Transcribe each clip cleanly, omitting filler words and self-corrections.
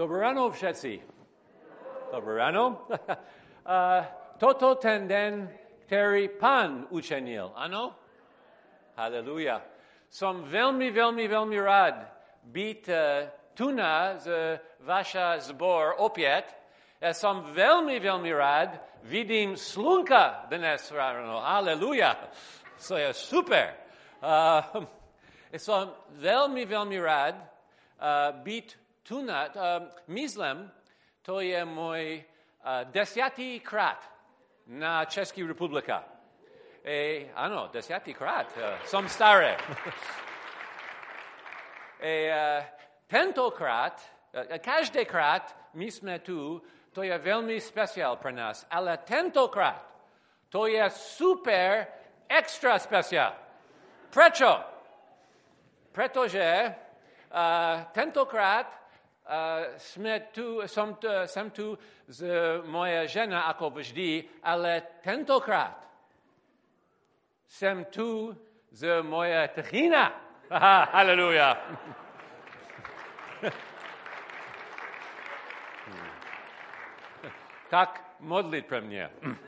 Dobré ráno všetci. Dobré ráno. Toto ten den, který Pán učinil, ano? Haleluja. Som velmi rád být tuna z vaša zbor opět. Som velmi rád vidím slunka dnes ráno. Haleluja. To je super. Som velmi rád být tuna. Myslím, to je můj 10krát na České republika. Ano, 10krát. Jsem starý. Tentokrát, každékrát my jsme tu, to je velmi speciál pro nás, ale tentokrát to je super extra speciál. Prečo? Protože tentokrát jsem tu s moje žena jako vždy, ale tentokrát jsem tu s moje tchýna. Haleluja. Tak modlit pro mě.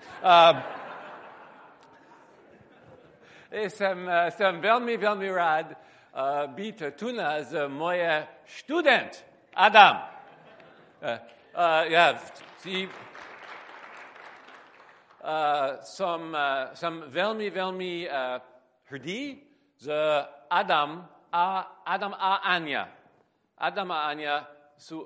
Jsem velmi rád být tuna s moje student, Adam. Jsem velmi hrdý z Adam a Anja. Adam a Anja jsou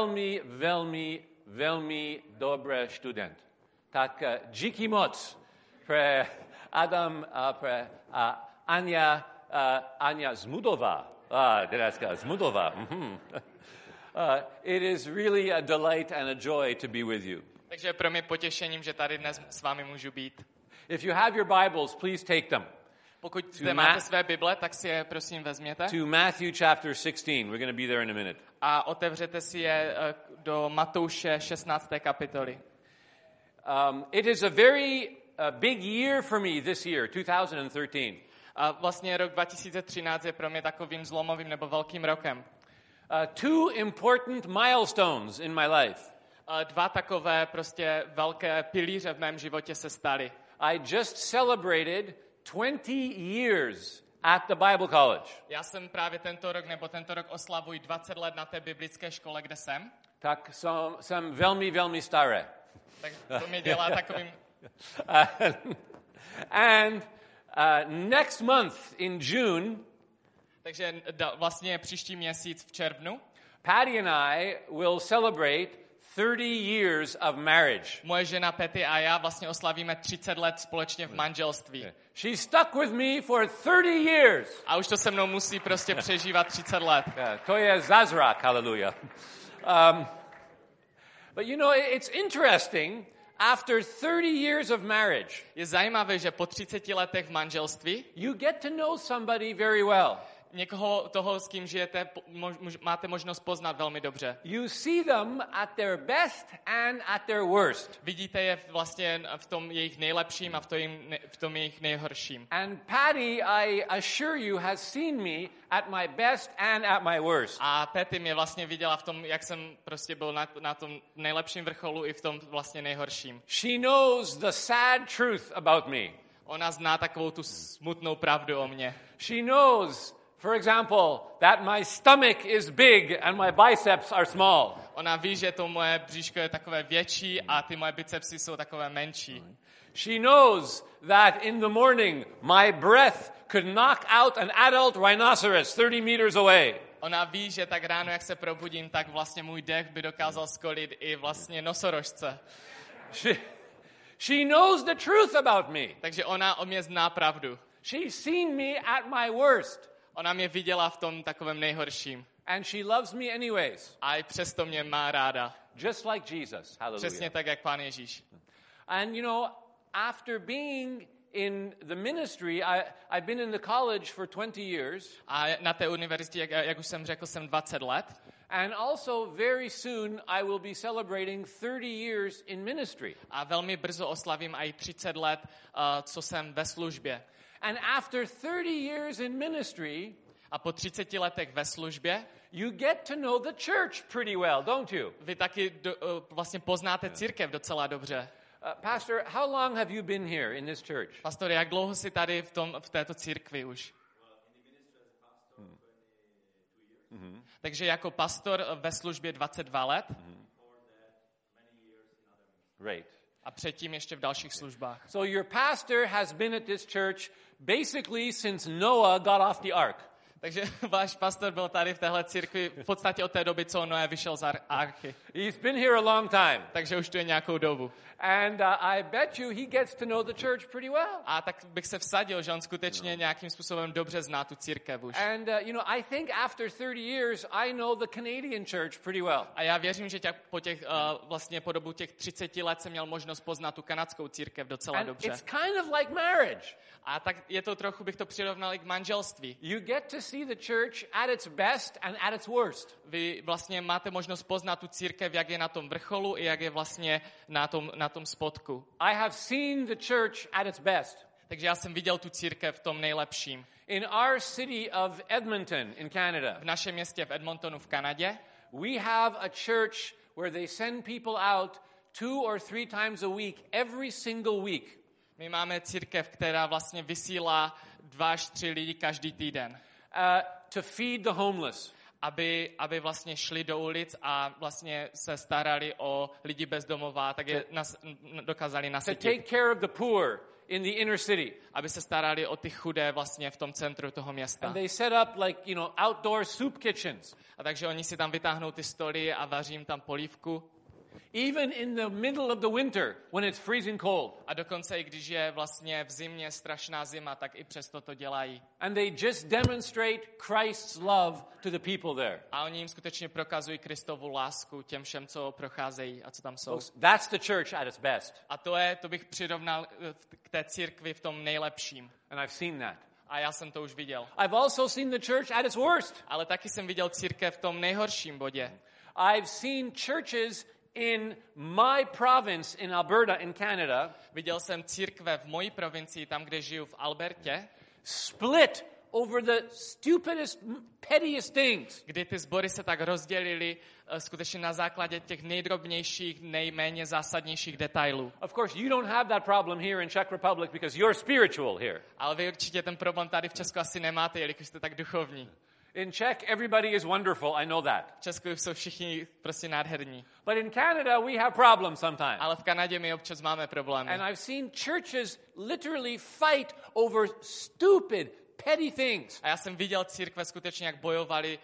velmi dobré student. Tak díky moc pro Adam a pro Anja Zmudová. Dneska Zmudová. It is really a delight and a joy to be with you. Takže je pro mě potěšením, že tady dnes s vámi můžu být. If you have your Bibles, please take them. Pokud zde máte své Bible, tak si je prosím vezměte. To Matthew chapter 16. We're going to be there in a minute. A otevřete si je do Matouše 16. kapitoly. It is a very big year for me this year, 2013. A vlastně rok 2013 je pro mě takovým zlomovým nebo velkým rokem. Two important milestones in my life. Dva takové prostě velké pilíře v mém životě se staly. I just celebrated 20 years at the Bible College. Já jsem právě tento rok oslavuji 20 let na té biblické škole, kde jsem. Tak jsem velmi starý. Tak to mě dělá takovým... And next month in June, takže vlastně příští měsíc v červnu, Patty and I will celebrate 30 years of marriage. Moje žena Patty a já vlastně oslavíme 30 let společně v manželství. She stuck with me for 30 years. A už to se mnou musí prostě přežívat 30 let. To je zázrak, hallelujah. But you know, it's interesting. After 30 years of marriage, je zajímavé, že po 30 letech v manželství you get to know somebody very well. Někoho toho, s kým žijete, máte možnost poznat velmi dobře. You see them at their best and at their worst. Vidíte je vlastně v tom jejich nejlepším a v tom jejich nejhorším. And Patty, I assure you, has seen me at my best and at my worst. A Patty mě vlastně viděla v tom, jak jsem prostě byl na tom nejlepším vrcholu i v tom vlastně nejhorším. She knows the sad truth about me. Ona zná takovou tu smutnou pravdu o mně. She knows, for example, that my stomach is big and my biceps are small. Ona ví, že to moje bříško je takové větší a ty moje bicepsy jsou takové menší. She knows that in the morning my breath could knock out an adult rhinoceros 30 meters away. Ona ví, že tak ráno, jak se probudím, tak vlastně můj dech by dokázal skolit i vlastně nosorožce. She knows the truth about me. Takže ona o mě zná pravdu. She's seen me at my worst. Ona mě viděla v tom takovém nejhorším. And she loves me anyways. A i přesto mě má ráda. Just like Jesus. Hallelujah. Přesně tak, jak Pán Ježíš. And you know, after being in the ministry, I've been in the college for 20 years. A na té univerzitě, jak už jsem řekl, jsem 20 let. And also very soon I will be celebrating 30 years in ministry. A velmi brzo oslavím i 30 let, co jsem ve službě. And after 30 years in ministry, a po 30 letech ve službě, you get to know the church pretty well, don't you? Vy taky vlastně poznáte církev docela dobře. Pastor, how long have you been here in this church? Pastor, jak dlouho jsi tady v této církvi už? Takže jako pastor ve službě 22 let. Great. A předtím ještě v dalších službách. So your pastor has been at this church basically since Noah got off the ark. Takže váš pastor byl tady v téhle církvi v podstatě od té doby, co Noé vyšel z archy. He's been here a long time. Takže už tu je nějakou dobu. And I bet you he gets to know the church pretty well. A tak bych se vsadil, že on skutečně nějakým způsobem dobře zná tu církev už. And I think after 30 years I know the Canadian church pretty well. A já věřím, že vlastně po dobu těch 30 let jsem měl možnost poznat tu kanadskou církev docela And dobře. it's kind of like marriage. A tak je to trochu, bych to přirovnal i k manželství. You get to see the church at its best and at its worst. Vy vlastně máte možnost poznat tu církev, jak je na tom vrcholu i jak je vlastně na tom spodku. I have seen the church at its best. Takže já jsem viděl tu církev v tom nejlepším. In our city of Edmonton in Canada, V našem městě v Edmontonu v Kanadě we have a church where they send people out 2 or 3 times a week, every single week. my máme církev, která vlastně vysílá 2 až 3 lidi každý týden. To feed the homeless. Aby vlastně šli do ulic a vlastně se starali o lidi bezdomová, tak je dokázali To nasytit. take care of the poor in the inner city. Aby se starali o ty chudé vlastně v tom centru toho města. And they set up outdoor soup kitchens. A takže oni si tam vytáhnou ty stoly a vaří jim tam polívku. Even in the middle of the winter when it's freezing cold. A dokonce i když je vlastně v zimě strašná zima, tak i přesto to dělají. And they just demonstrate Christ's love to the people there. A oni jim skutečně prokazují Kristovu lásku těm všem, co procházejí a co tam jsou. That's the church at its best. A to bych přirovnal k té církvi v tom nejlepším. And I've seen that. A já jsem to už viděl. I've also seen the church at its worst. Ale taky jsem viděl církev v tom nejhorším bodě. I've seen churches in my province in Alberta in Canada. Viděl jsem církve v mojí provincii, tam, kde žiju v Albertě, Split over the stupidest, pettiest things. kdy ty sbory se tak rozdělily skutečně na základě těch nejdrobnějších, nejméně zásadnějších detailů. Of course, you don't have that problem here in Czech Republic because you're spiritual here. Ale vy určitě ten problém tady v Česku asi nemáte, jelikož jste tak duchovní. In Czech, everybody is wonderful. I know that. V Česku jsou všichni prostě nádherní. But in Canada, we have problems sometimes. Ale v Kanadě my občas máme problémy. And I've seen churches literally fight over stupid, petty things. A já jsem viděl církve skutečně, jak bojovali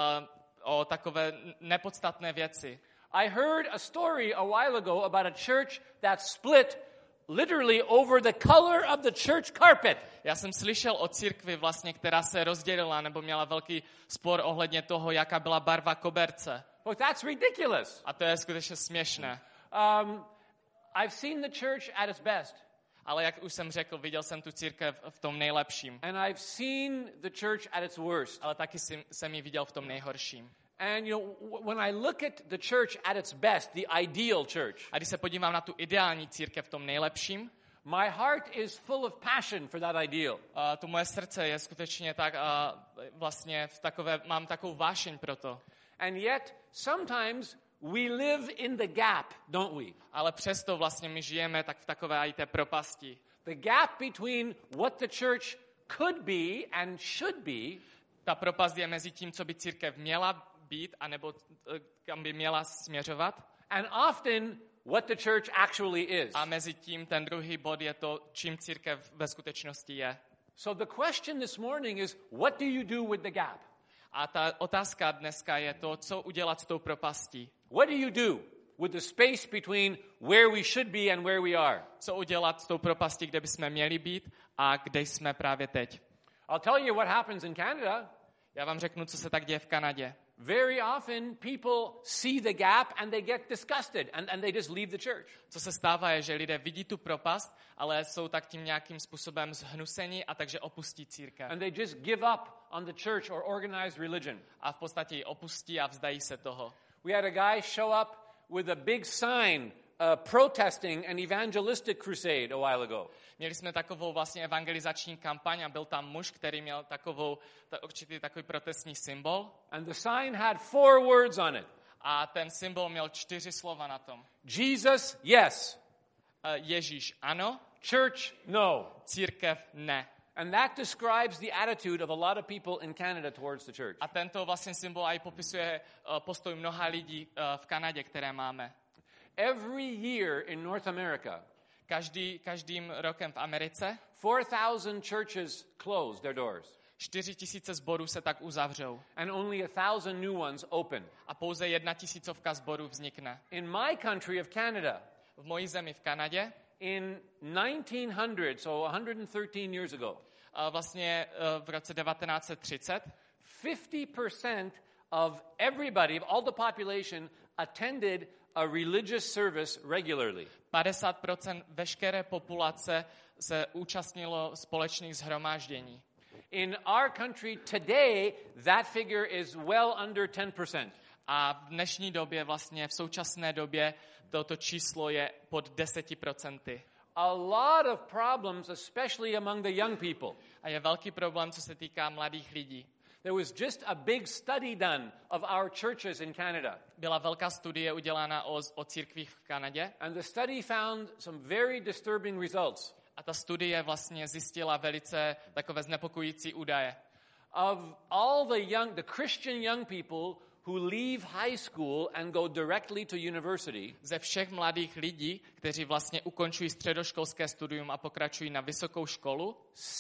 o takové nepodstatné věci. I heard a story a while ago about a church that split literally over the color of the church carpet. Já jsem slyšel o církvi vlastně, která se rozdělila nebo měla velký spor ohledně toho, jaká byla barva koberce. Well, that's ridiculous. A to je skutečně směšné. I've seen the church at its best. Ale jak už jsem řekl, viděl jsem tu církev v tom nejlepším. And I've seen the church at its worst. Ale taky jsem ji viděl v tom nejhorším. And when I look at the church at its best, the ideal church, A když se podívám na tu ideální církev v tom nejlepším, my heart is full of passion for that ideal. to moje srdce je skutečně tak vlastně mám takovou vášeň pro to. And yet, sometimes we live in the gap, don't we? Ale přesto vlastně my žijeme tak v takové i té propasti. The gap between what the church could be and should be. Ta propast je mezi tím, co by církev měla být, anebo kam by měla směřovat. And often what the church actually is. A mezi tím ten druhý bod je to, čím církev ve skutečnosti je. So the question this morning is, what do you do with the gap? A ta otázka dneska je to, co udělat s tou propastí. What do you do with the space between where we should be and where we are? Co udělat s tou propastí, kde bychom měli být a kde jsme právě teď. I'll tell you what happens in Canada. Já vám řeknu, co se tak děje v Kanadě. Very often people see the gap and they get disgusted and they just leave the church. Co se stává je, že lidé vidí tu propast, ale jsou tak tím nějakým způsobem zhnuseni a takže opustí církev. And they just give up on the church or organized religion. A v podstatě ji opustí a vzdají se toho. We had a guy show up with a big sign protesting an evangelistic crusade a while ago. Měli jsme takovou vlastně evangelizační kampaň a byl tam muž, který měl určitý takový protestní symbol. And the sign had 4 words on it. A ten symbol měl 4 slova na tom. Jesus, yes. Ježíš ano. Church, no. Církev ne. And that describes the attitude of a lot of people in Canada towards the church. A tento vlastně symbol i popisuje postoj mnoha lidí v Kanadě, které máme. Every year in North America, každým rokem v Americe 4,000 churches close their doors. 4,000 sborů se tak uzavřou. And only 1,000 new ones open. A pouze 1,000 sborů vznikne. In my country of Canada, v mojí zemi v Kanadě, in 1900, so 113 years ago, vlastně v roce 1930, 50% of everybody, of all the population, attended a religious service regularly. 50% veškeré populace se účastnilo společných shromáždění. In our country today, that figure is well under 10%. A v dnešní době, vlastně v současné době, toto číslo je pod 10%. A lot of problems, especially among the young people. A je velký problém, co se týká mladých lidí. There was just a big study done of our churches in Canada. Byla velká studie udělána o církvích v Kanadě. And the study found some very disturbing results. A ta studie vlastně zjistila velice takové znepokojící údaje. Of all the Christian young people who leave high school and go directly to university, ze všech mladých lidí, kteří vlastně ukončují středoškolské studium a pokračují na vysokou školu,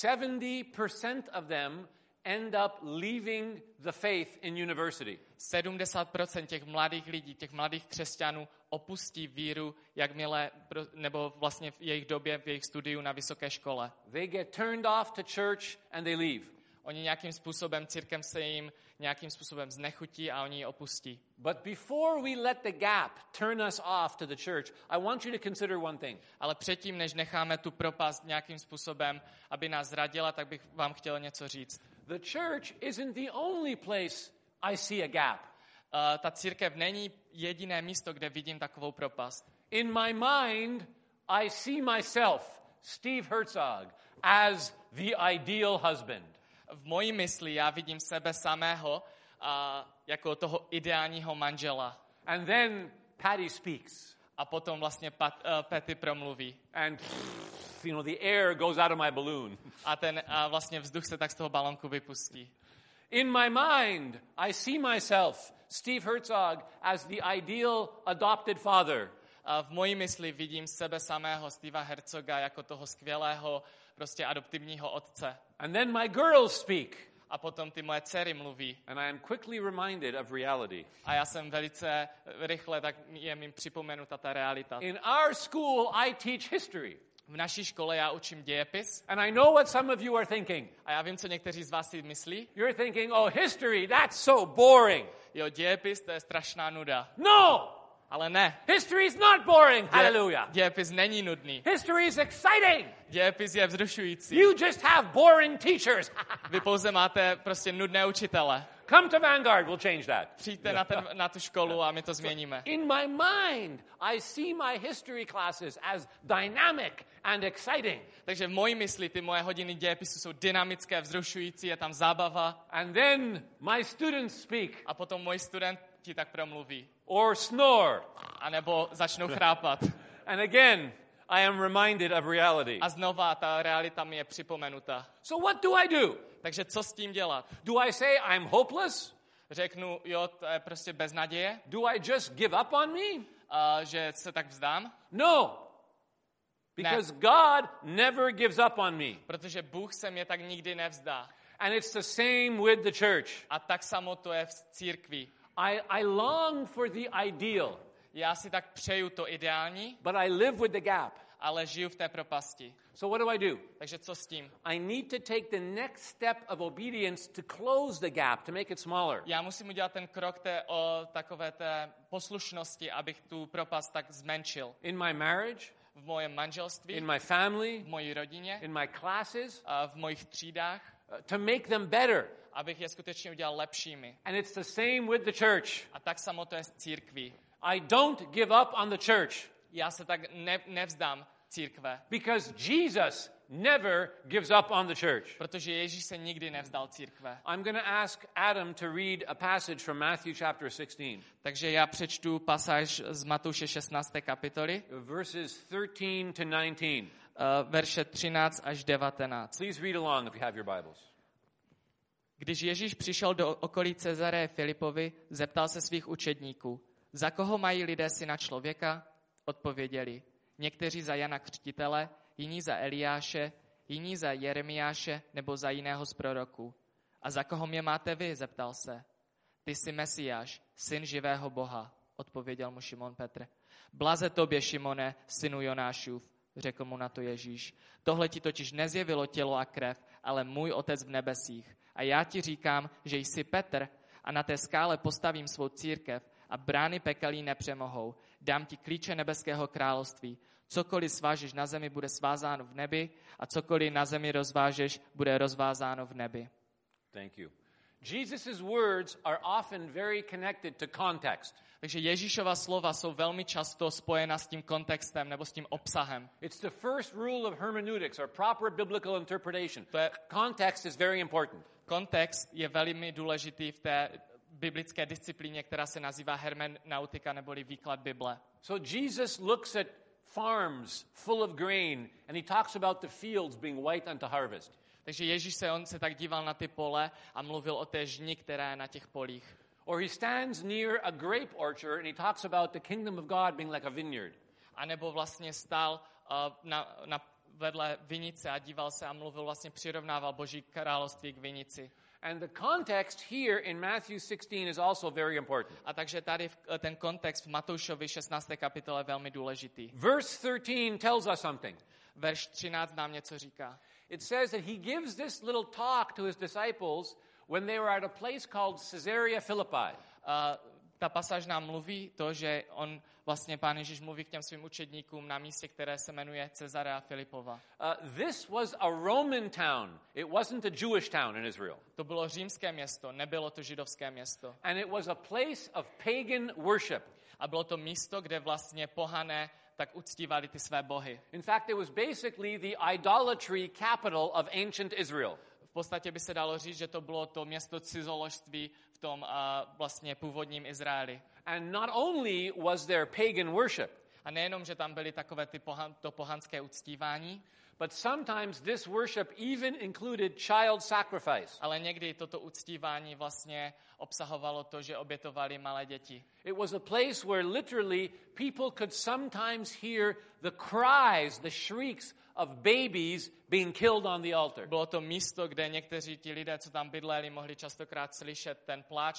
70% of them end up leaving the faith in university. 70% těch mladých lidí, těch mladých křesťanů opustí víru, jakmile, nebo vlastně v jejich době, v jejich studiu na vysoké škole. They get turned off to church and they leave. Oni nějakým způsobem, církev se jim nějakým způsobem znechutí a oni ji opustí. But before we let the gap turn us off to the church, I want you to consider one thing. Ale předtím, než necháme tu propast nějakým způsobem, aby nás zradila, tak bych vám chtěl něco říct. The church isn't the only place I see a gap. Ta církev není jediné místo, kde vidím takovou propast. In my mind, I see myself, Steve Herzog, as the ideal husband. V mojí mysli já vidím sebe samého jako toho ideálního manžela. And then Patty speaks. A potom vlastně Patty promluví. And the air goes out of my balloon. A vlastně vzduch se tak z toho balonku vypustí. In my mind, I see myself, Steve Herzog, as the ideal adopted father. A v mojí mysli vidím sebe samého, Steva Herzoga, jako toho skvělého, prostě adoptivního otce. And then my girls speak. A potom ty moje dcery mluví. And I am quickly reminded of reality. A já jsem velice rychle, tak je mi připomenuta ta realita. In our school, I teach history. V naší škole já učím dějepis. And I know what some of you are thinking. A já vím, co někteří z vás si myslí. You're thinking, oh, history, that's so boring. Jo, dějepis, to je strašná nuda. No! Ale ne. History is not boring. Hallelujah. Dějepis není nudný. History is exciting. Dějepis je vzrušující. You just have boring teachers. Vy pouze máte prostě nudné učitele. Come to Vanguard, we'll change that. Přijďte na tu školu a my to změníme. In my mind, I see my history classes as dynamic and exciting. Takže v mojí mysli ty moje hodiny dějepisu jsou dynamické, vzrušující, je tam zábava. And then my students speak. A potom moji studenti tak promluví. Or snore. A nebo začnou chrápat. And again, I am reminded of reality. A znova ta realita mi je připomenuta. So what do I do? Takže co s tím dělat? Do I say I'm hopeless? Řeknu, jo, to je prostě bez naděje? Do I just give up on me? Že se tak vzdám? No. Because God never gives up on me. Protože Bůh se mě tak nikdy nevzdá. And it's the same with the church. A tak samo to je v církvi. I long for the ideal. Já si tak přeju to ideální, but I live with the gap. Ale žiju v té propasti. So what do? Takže co s tím? I need to take the next step of obedience to close the gap, to make it smaller. Já musím udělat ten krok takové té poslušnosti, abych tu propast tak zmenšil. In my marriage, v mojem manželství, in my family, v mojí rodině, in my classes, v mojich třídách, to make them better. Abych je skutečně udělal lepšími. And it's the same with the church. A tak samo to je s církví. I don't give up on the church. Já se tak nevzdám církve, because Jesus never gives up on the church. protože Ježíš se nikdy nevzdal církve. I'm going to ask Adam to read a passage from Matthew chapter 16, Takže já přečtu pasáž z Matouše 16. kapitoly, verses 13 to 19. Verše 13 až 19. Please read along if you have your Bibles. Když Ježíš přišel do okolí Cezareje Filipovi, zeptal se svých učedníků, za koho mají lidé syna člověka? Odpověděli, někteří za Jana Křtitele, jiní za Eliáše, jiní za Jeremiáše nebo za jiného z proroků. A za koho mě máte vy? Zeptal se. Ty jsi Mesiáš, syn živého Boha, odpověděl mu Šimon Petr. Blaze tobě, Šimone, synu Jonášův, řekl mu na to Ježíš. Tohle ti totiž nezjevilo tělo a krev, ale můj Otec v nebesích. A já ti říkám, že jsi Petr a na té skále postavím svou církev a brány pekelí nepřemohou. Dám ti klíče nebeského království. Cokoliv svážeš na zemi, bude svázáno v nebi a cokoliv na zemi rozvážeš, bude rozvázáno v nebi. Thank you. Jesus' words are often very connected to context. Takže Ježíšova slova jsou velmi často spojena s tím kontextem nebo s tím obsahem. It's the first rule of hermeneutics, or proper biblical interpretation. To je, Context is very important. kontext je velmi důležitý v té biblické disciplíně, která se nazývá hermeneutika neboli výklad Bible. So Jesus looks at farms full of grain and he talks about the fields being white unto harvest. Takže Ježíš on se tak díval na ty pole a mluvil o té žni, která je na těch polích. Or he stands near a grape orchard and he talks about the kingdom of God being like a vineyard. A nebo vlastně stál vedle vinice a díval se a mluvil, vlastně přirovnával Boží království k vinici. And the context here in Matthew 16 is also very important. A takže tady ten kontext v Matoušovi 16. kapitole je velmi důležitý. Verse 13 tells us something. Verš 13 nám něco říká. It says that he gives this little talk to his disciples when they were at a place called Caesarea Philippi. Ta pasáž nám mluví to, že on vlastně Pán Ježíš mluví k těm svým učedníkům na místě, které se jmenuje Cezarea Filipova. This was a Roman town. It wasn't a Jewish town in Israel. To bylo římské město, nebylo to židovské město. And it was a place of pagan worship. A bylo to místo, kde vlastně pohané tak uctívali ty své bohy. In fact, it was basically the idolatry capital of ancient Israel. V podstatě by se dalo říct, že to bylo to město cizoložství v tom vlastně původním Izraeli. And not only was there pagan worship, A nejenom, že tam byly takové to pohanské uctívání, but sometimes this worship even included child sacrifice. ale někdy toto uctívání vlastně obsahovalo to, že obětovali malé děti. It was a place where literally people could sometimes hear the cries, the shrieks of babies being killed on the altar. Bylo to místo, kde někteří ti lidé, co tam bydleli, mohli častokrát slyšet ten pláč,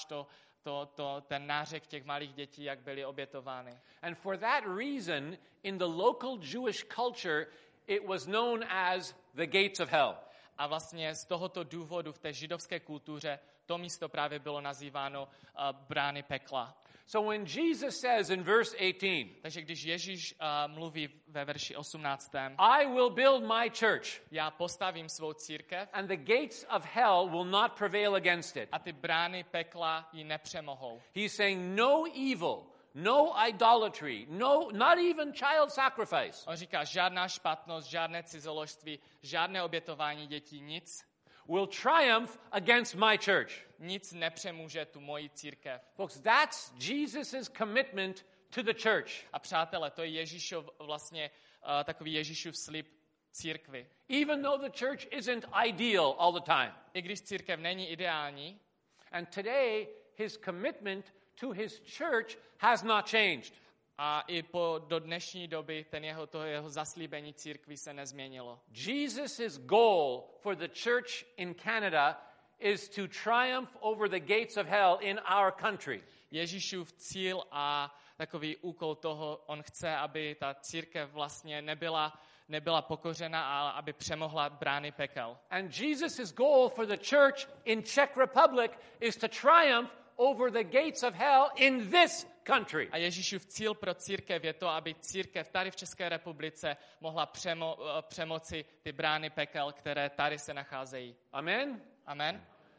ten nářek těch malých dětí, jak byly obětovány. And for that reason, in the local Jewish culture, it was known as the gates of hell. A vlastně z tohoto důvodu v té židovské kultuře to místo právě bylo nazýváno brány pekla. So when Jesus says in verse 18, Takže když Ježíš mluví ve verši 18. I will build my church, Já postavím svou církev and the gates of hell will not prevail against it. a ty brány pekla ji nepřemohou. He's saying no evil, no idolatry, not even child sacrifice On říká, žádná špatnost, žádné cizoložství, žádné obětování dětí, nic. will triumph against my church. Nic nepřemůže tu moji církev. Folks, that's Jesus' commitment to the church. A přátelé, to je Ježíšov vlastně takový Ježíšův slib církvi. Even though the church isn't ideal all the time. I když církev není ideální, And today, his commitment to his church has not changed. a i do dnešní doby to jeho zaslíbení církvi se nezměnilo. Jesus' goal for the church in Canada is to triumph over the gates of hell in our country. Ježíšův cíl a takový úkol toho, on chce, aby ta církev vlastně nebyla pokořena, ale aby přemohla brány pekel. And Jesus' goal for the church in Czech Republic is to triumph over the gates of hell in this country. A Ježíšův cíl pro církev je to, aby církev tady v České republice mohla přemoci ty brány pekel, které tady se nacházejí. Amen? Amen?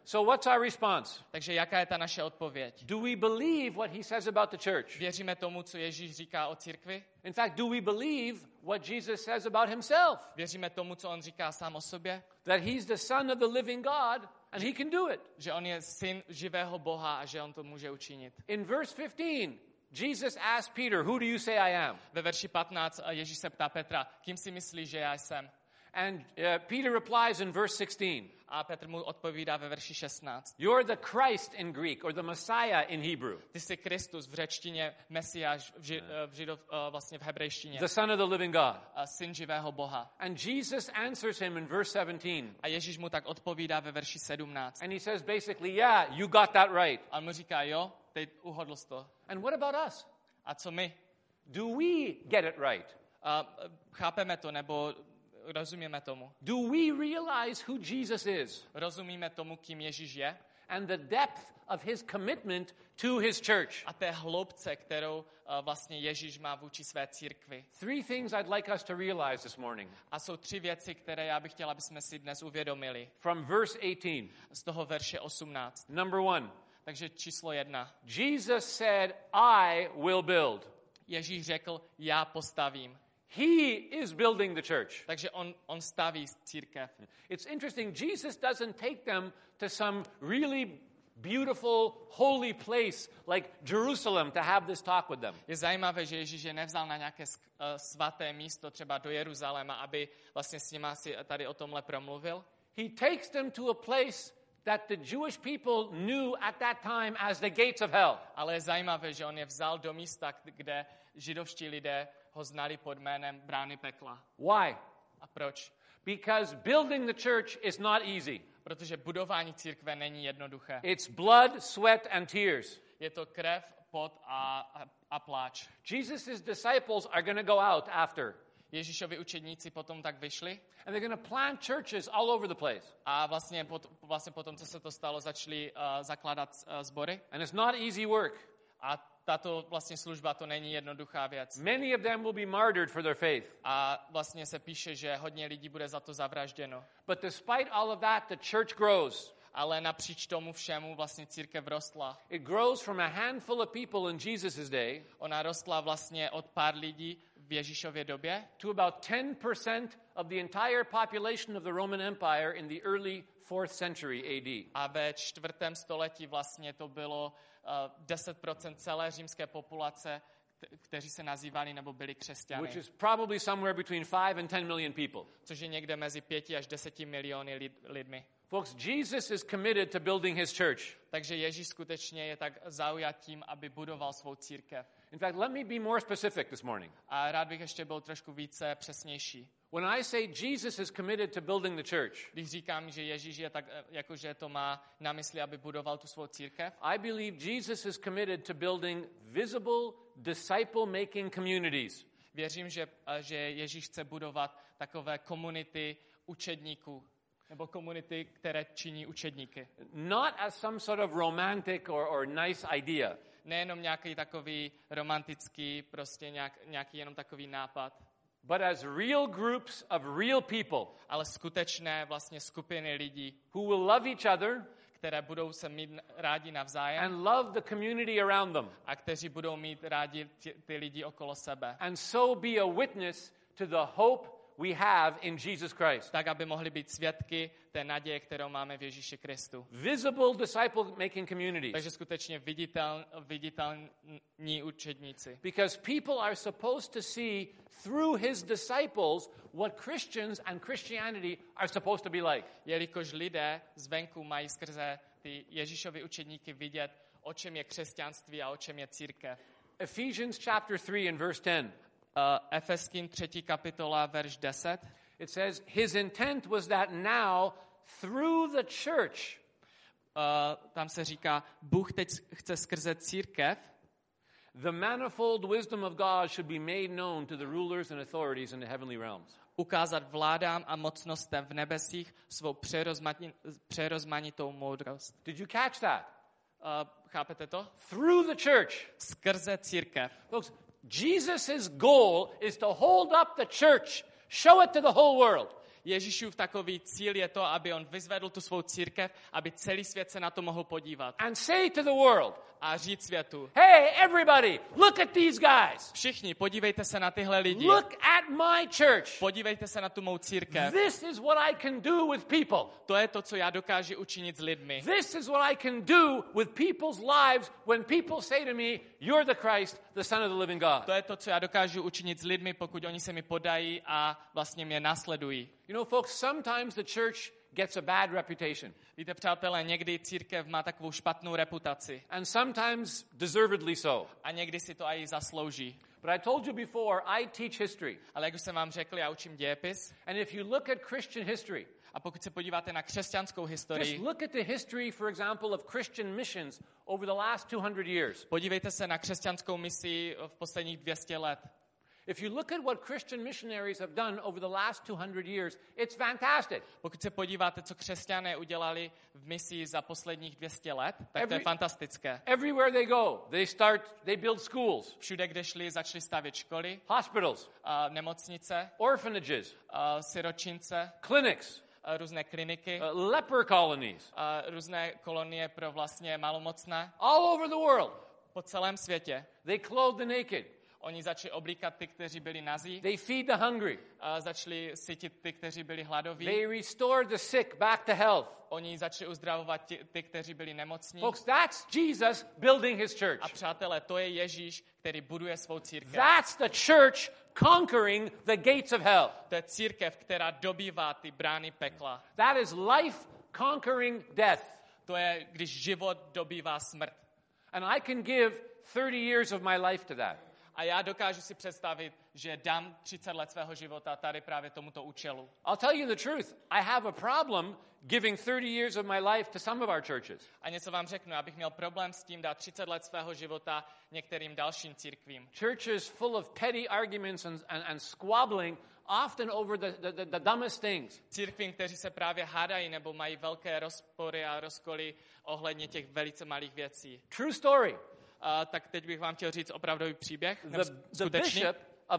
So what's our response? Takže jaká je ta naše odpověď? Do we believe what he says about the church? Věříme tomu, co Ježíš říká o církvi? In fact, do we believe what Jesus says about himself? Věříme tomu, co on říká sám o sobě? That he's the son of the living God and he can do it. Že on je syn živého Boha a že on to může učinit. In verse 15, Jesus asked Peter, who do you say I am? Ve verši 15 Ježíš se ptá Petra, kým si myslíš, že já jsem? And Peter replies in verse 16. A Petr mu odpovídá ve verši 16. You're the Christ in Greek, or the Messiah in Hebrew. Ty jsi Kristus v řečtině, Mesiáš vlastně v hebrejštině. The son of the living God. Syn živého Boha. And Jesus answers him in verse 17. A Ježíš mu tak odpovídá ve verši 17. And he says basically, yeah, you got that right. A on mu říká, jo, teď uhodl jsi to. And what about us? A co my? Do we get it right? Chápeme to, nebo rozumíme tomu? Do we realize who Jesus is? Rozumíme tomu, kým Ježíš je? And the depth of his commitment to his church. A té hloubce, kterou vlastně Ježíš má vůči své církvi. Three things I'd like us to realize this morning. A jsou 3 věci, které já bych chtěla, aby jsme si dnes uvědomili. From verse 18. Z toho verše 18. Number 1. Takže číslo 1. Jesus said, I will build. Ježíš řekl, já postavím. He is building the church. Takže on staví církev. It's interesting. Jesus doesn't take them to some really beautiful, holy place like Jerusalem to have this talk with them. Je zajímavé, že Ježíš je nevzal na nějaké svaté místo, třeba do Jeruzaléma, aby vlastně s nima si tady o tomhle promluvil. He takes them to a place that the Jewish people knew at that time as the gates of hell. Ale je zajímavé, že on je vzal do místa, kde židovští lidé ho znali pod jménem brány pekla. Why? A proč? Because building the church is not easy. Protože budování církve není jednoduché. It's blood, sweat and tears. Je to krev, pot a pláč. Jesus' disciples are going to go out after. Ježíšovi učedníci potom tak vyšli. And they're going to plant churches all over the place. A vlastně potom, co se to stalo, začali zakládat sbory. And it's not easy work. A tato vlastně služba to není jednoduchá věc. Many of them will be martyred for their faith. A vlastně se píše, že hodně lidí bude za to zavražděno. But despite all of that, the church grows. Ale napříč tomu všemu vlastně církev rostla. It grows from a handful of people in Jesus' day. Ona rostla vlastně od pár lidí v Ježíšově době. To about 10% of the entire population of the Roman Empire in the early 4th century AD. A ve 4. století vlastně to bylo 10% celé římské populace, kteří se nazývali nebo byli křesťany. Which is probably somewhere between 5 and 10 million people. Což je někde mezi 5 až 10 miliony lidmi. Folks, Jesus is committed to building his church. Takže Ježíš skutečně je tak zaujat tím, aby budoval svou církev. In fact, let me be more specific this morning. A rád bych ještě byl trošku více přesnější. When I say Jesus is committed to building the church, Když říkám, že Ježíš je tak, jakože to má na mysli, aby budoval tu svou církev, I believe Jesus is committed to building visible, disciple-making communities. věřím, že Ježíš chce budovat takové komunity učedníků, nebo komunity, které činí učedníky. Not as some sort of romantic or nice idea. Nejenom nějaký takový romantický, prostě nějaký jenom takový nápad, but as real groups of real people ale skutečné vlastně skupiny lidí, who will love each other které budou se mít rádi navzájem and love the community around them. a kteří budou mít rádi ty lidi okolo sebe. And so be a witness to the hope we have in Jesus Christ. Tak, aby mohli být svědky té naděje, kterou máme v Ježíši Kristu. Visible disciple-making communities. Takže skutečně viditelní učedníci. Because people are supposed to see through his disciples what Christians and Christianity are supposed to be like. Jelikož lidé zvenku mají skrze ty Ježíšovy učedníky vidět, o čem je křesťanství a o čem je církev. Ephesians chapter 3 and verse 10. Efeským 3. kapitola, verš 10. It says, his intent was that now, through the church, tam se říká, Bůh teď chce skrze církev, the manifold wisdom of God should be made known to the rulers and authorities in the heavenly realms. Ukázat vládám a mocnostem v nebesích svou přerozmanitou moudrost. Did you catch that? Chápete to? Through the church. Skrze církev. Folks, Jesus' goal is to hold up the church, show it to the whole world. Ježíšův takový cíl je to, aby on vyzvedl tu svou církev, aby celý svět se na to mohl podívat. And say to the world, A říct světu, hey, everybody, look at these guys. všichni, podívejte se na tyhle lidi. Look at my church. Podívejte se na tu mou církev. This is what I can do with people. To je to, co já dokážu učinit s lidmi. This is what I can do with people's lives when people say to me, you're the Christ, the Son of the living God. To je to, co já dokážu učinit s lidmi, pokud oni se mi podají a vlastně mě následují. You know, folks, sometimes the church gets a bad reputation. Víte, přátelé, někdy církev má takovou špatnou reputaci. And sometimes deservedly so. A někdy si to i zaslouží. But I told you before, I teach history. Ale jak už jsem vám řekl, já učím dějepis. And if you look at Christian history, A pokud se podíváte na křesťanskou just historii, look at the history, for example, of Christian missions over the last 200 years. podívejte se na křesťanskou misi v posledních 200 let. If you look at what Christian missionaries have done over the last 200 years, it's fantastic. Pokud se podíváte, co křesťané udělali v misi za posledních 200 let, tak to je fantastické. Everywhere they go, they build schools, Všude, kde šli, začali stavět školy, hospitals, nemocnice, orphanages, siročince, clinics, různé kliniky, leper colonies, různé kolonie pro vlastně malomocné all over the world. po celém světě. They clothe the naked. Oni začali oblíkat ty, kteří byli nazí, They feed the hungry. začali sytit ty, kteří byli hladoví, They restore the sick back to health. oni začali uzdravovat ty, kteří byli nemocní. Folks, that's Jesus building his church. A přátelé, to je Ježíš, který buduje svou církev. That's the church conquering the gates of hell. To je církev, která dobývá ty brány pekla. That is life conquering death. To je, když život dobývá smrt. And I can give 30 years of my life to that. A já dokážu si představit, že dám 30 let svého života tady právě tomuto účelu. I'll tell you the truth. I have a problem giving 30 years of my life to some of our churches. A něco vám řeknu, já bych měl problém s tím dát 30 let svého života některým dalším církvím. Churches full of petty arguments and squabbling, often over the dumbest things. Církvím, kteří se právě hádají nebo mají velké rozpory a rozkoly ohledně těch velice malých věcí. True story. Tak teď bych vám chtěl říct opravdový příběh. The bishop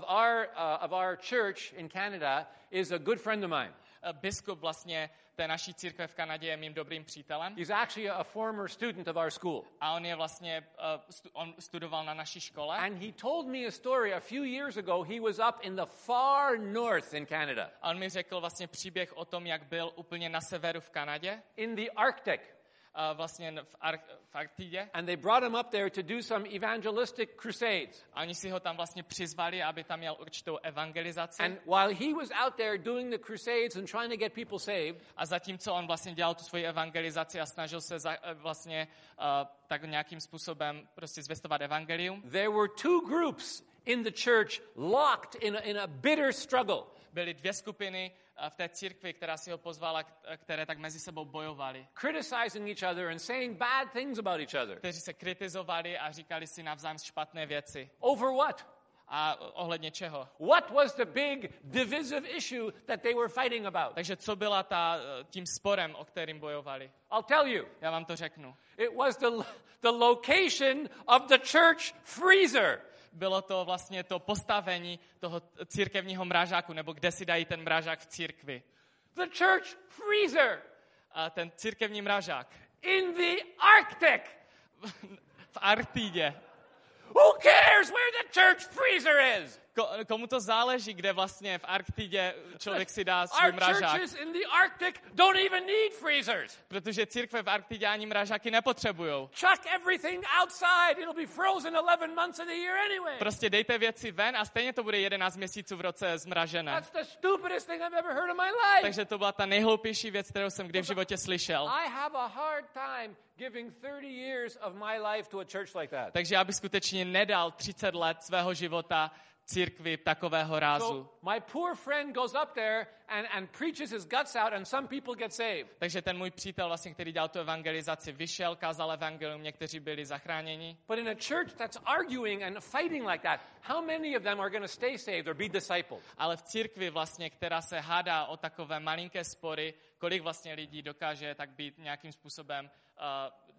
of our church in Canada is a good friend of mine. Biskup vlastně té naší církve v Kanadě je mým dobrým přítelem. He's actually a former student of our school. A on je vlastně, on studoval na naší škole. And he told me a story a few years ago. He was up in the far north in Canada. A on mi řekl vlastně příběh o tom, jak byl úplně na severu v Kanadě. In the Arctic. Vlastně v Arktidě. And they brought him up there to do some evangelistic crusades. A oni si ho tam vlastně přizvali, aby tam měl určitou evangelizaci. And while he was out there doing the crusades and trying to get people saved, a zatímco on vlastně dělal tu svoji evangelizaci a snažil se vlastně tak nějakým způsobem prostě zvěstovat evangelium, there were two groups in the church locked in a bitter struggle. Byly dvě skupiny v té církvi, která si ho pozvala, které tak mezi sebou bojovali. Criticizing each other and saying bad things about each other. Kteří se kritizovali a říkali si navzájem špatné věci. Over what? A ohledně čeho? What was the big divisive issue that they were fighting about? Takže co byla tím sporem, o kterým bojovali? I'll tell you. Já vám to řeknu. It was the location of the church freezer. Bylo to vlastně to postavení toho církevního mrážáku, nebo kde si dají ten mrážák v církvi. The church freezer. A ten církevní mrážák. In the Arctic. V Arktidě. Who cares where the church freezer is? Komu to záleží, kde vlastně v Arktidě člověk si dá svůj Our mražák? churches in the Arctic don't even need freezers. Protože církve v Arktidě ani mražáky nepotřebujou. Chuck everything outside. It'll be frozen 11 months of the year anyway. Prostě dejte věci ven a stejně to bude 11 měsíců v roce zmražené. That's the stupidest thing I've ever heard in my life. Takže to byla ta nejhloupější věc, kterou jsem kdy v životě slyšel. I have a hard time giving 30 years of my life to a church like that. Takže já bych skutečně nedal 30 let svého života církvi takového rázu. So my poor friend goes up there and preaches his guts out and some people get saved. Takže ten můj přítel, vlastně, který dělal tu evangelizaci, vyšel, kázal evangelium, někteří byli zachráněni. But in a church that's arguing and fighting like that, how many of them are going to stay saved or be discipled? Ale v církvi vlastně, která se hádá o takové malinké spory, kolik vlastně lidí dokáže tak být nějakým způsobem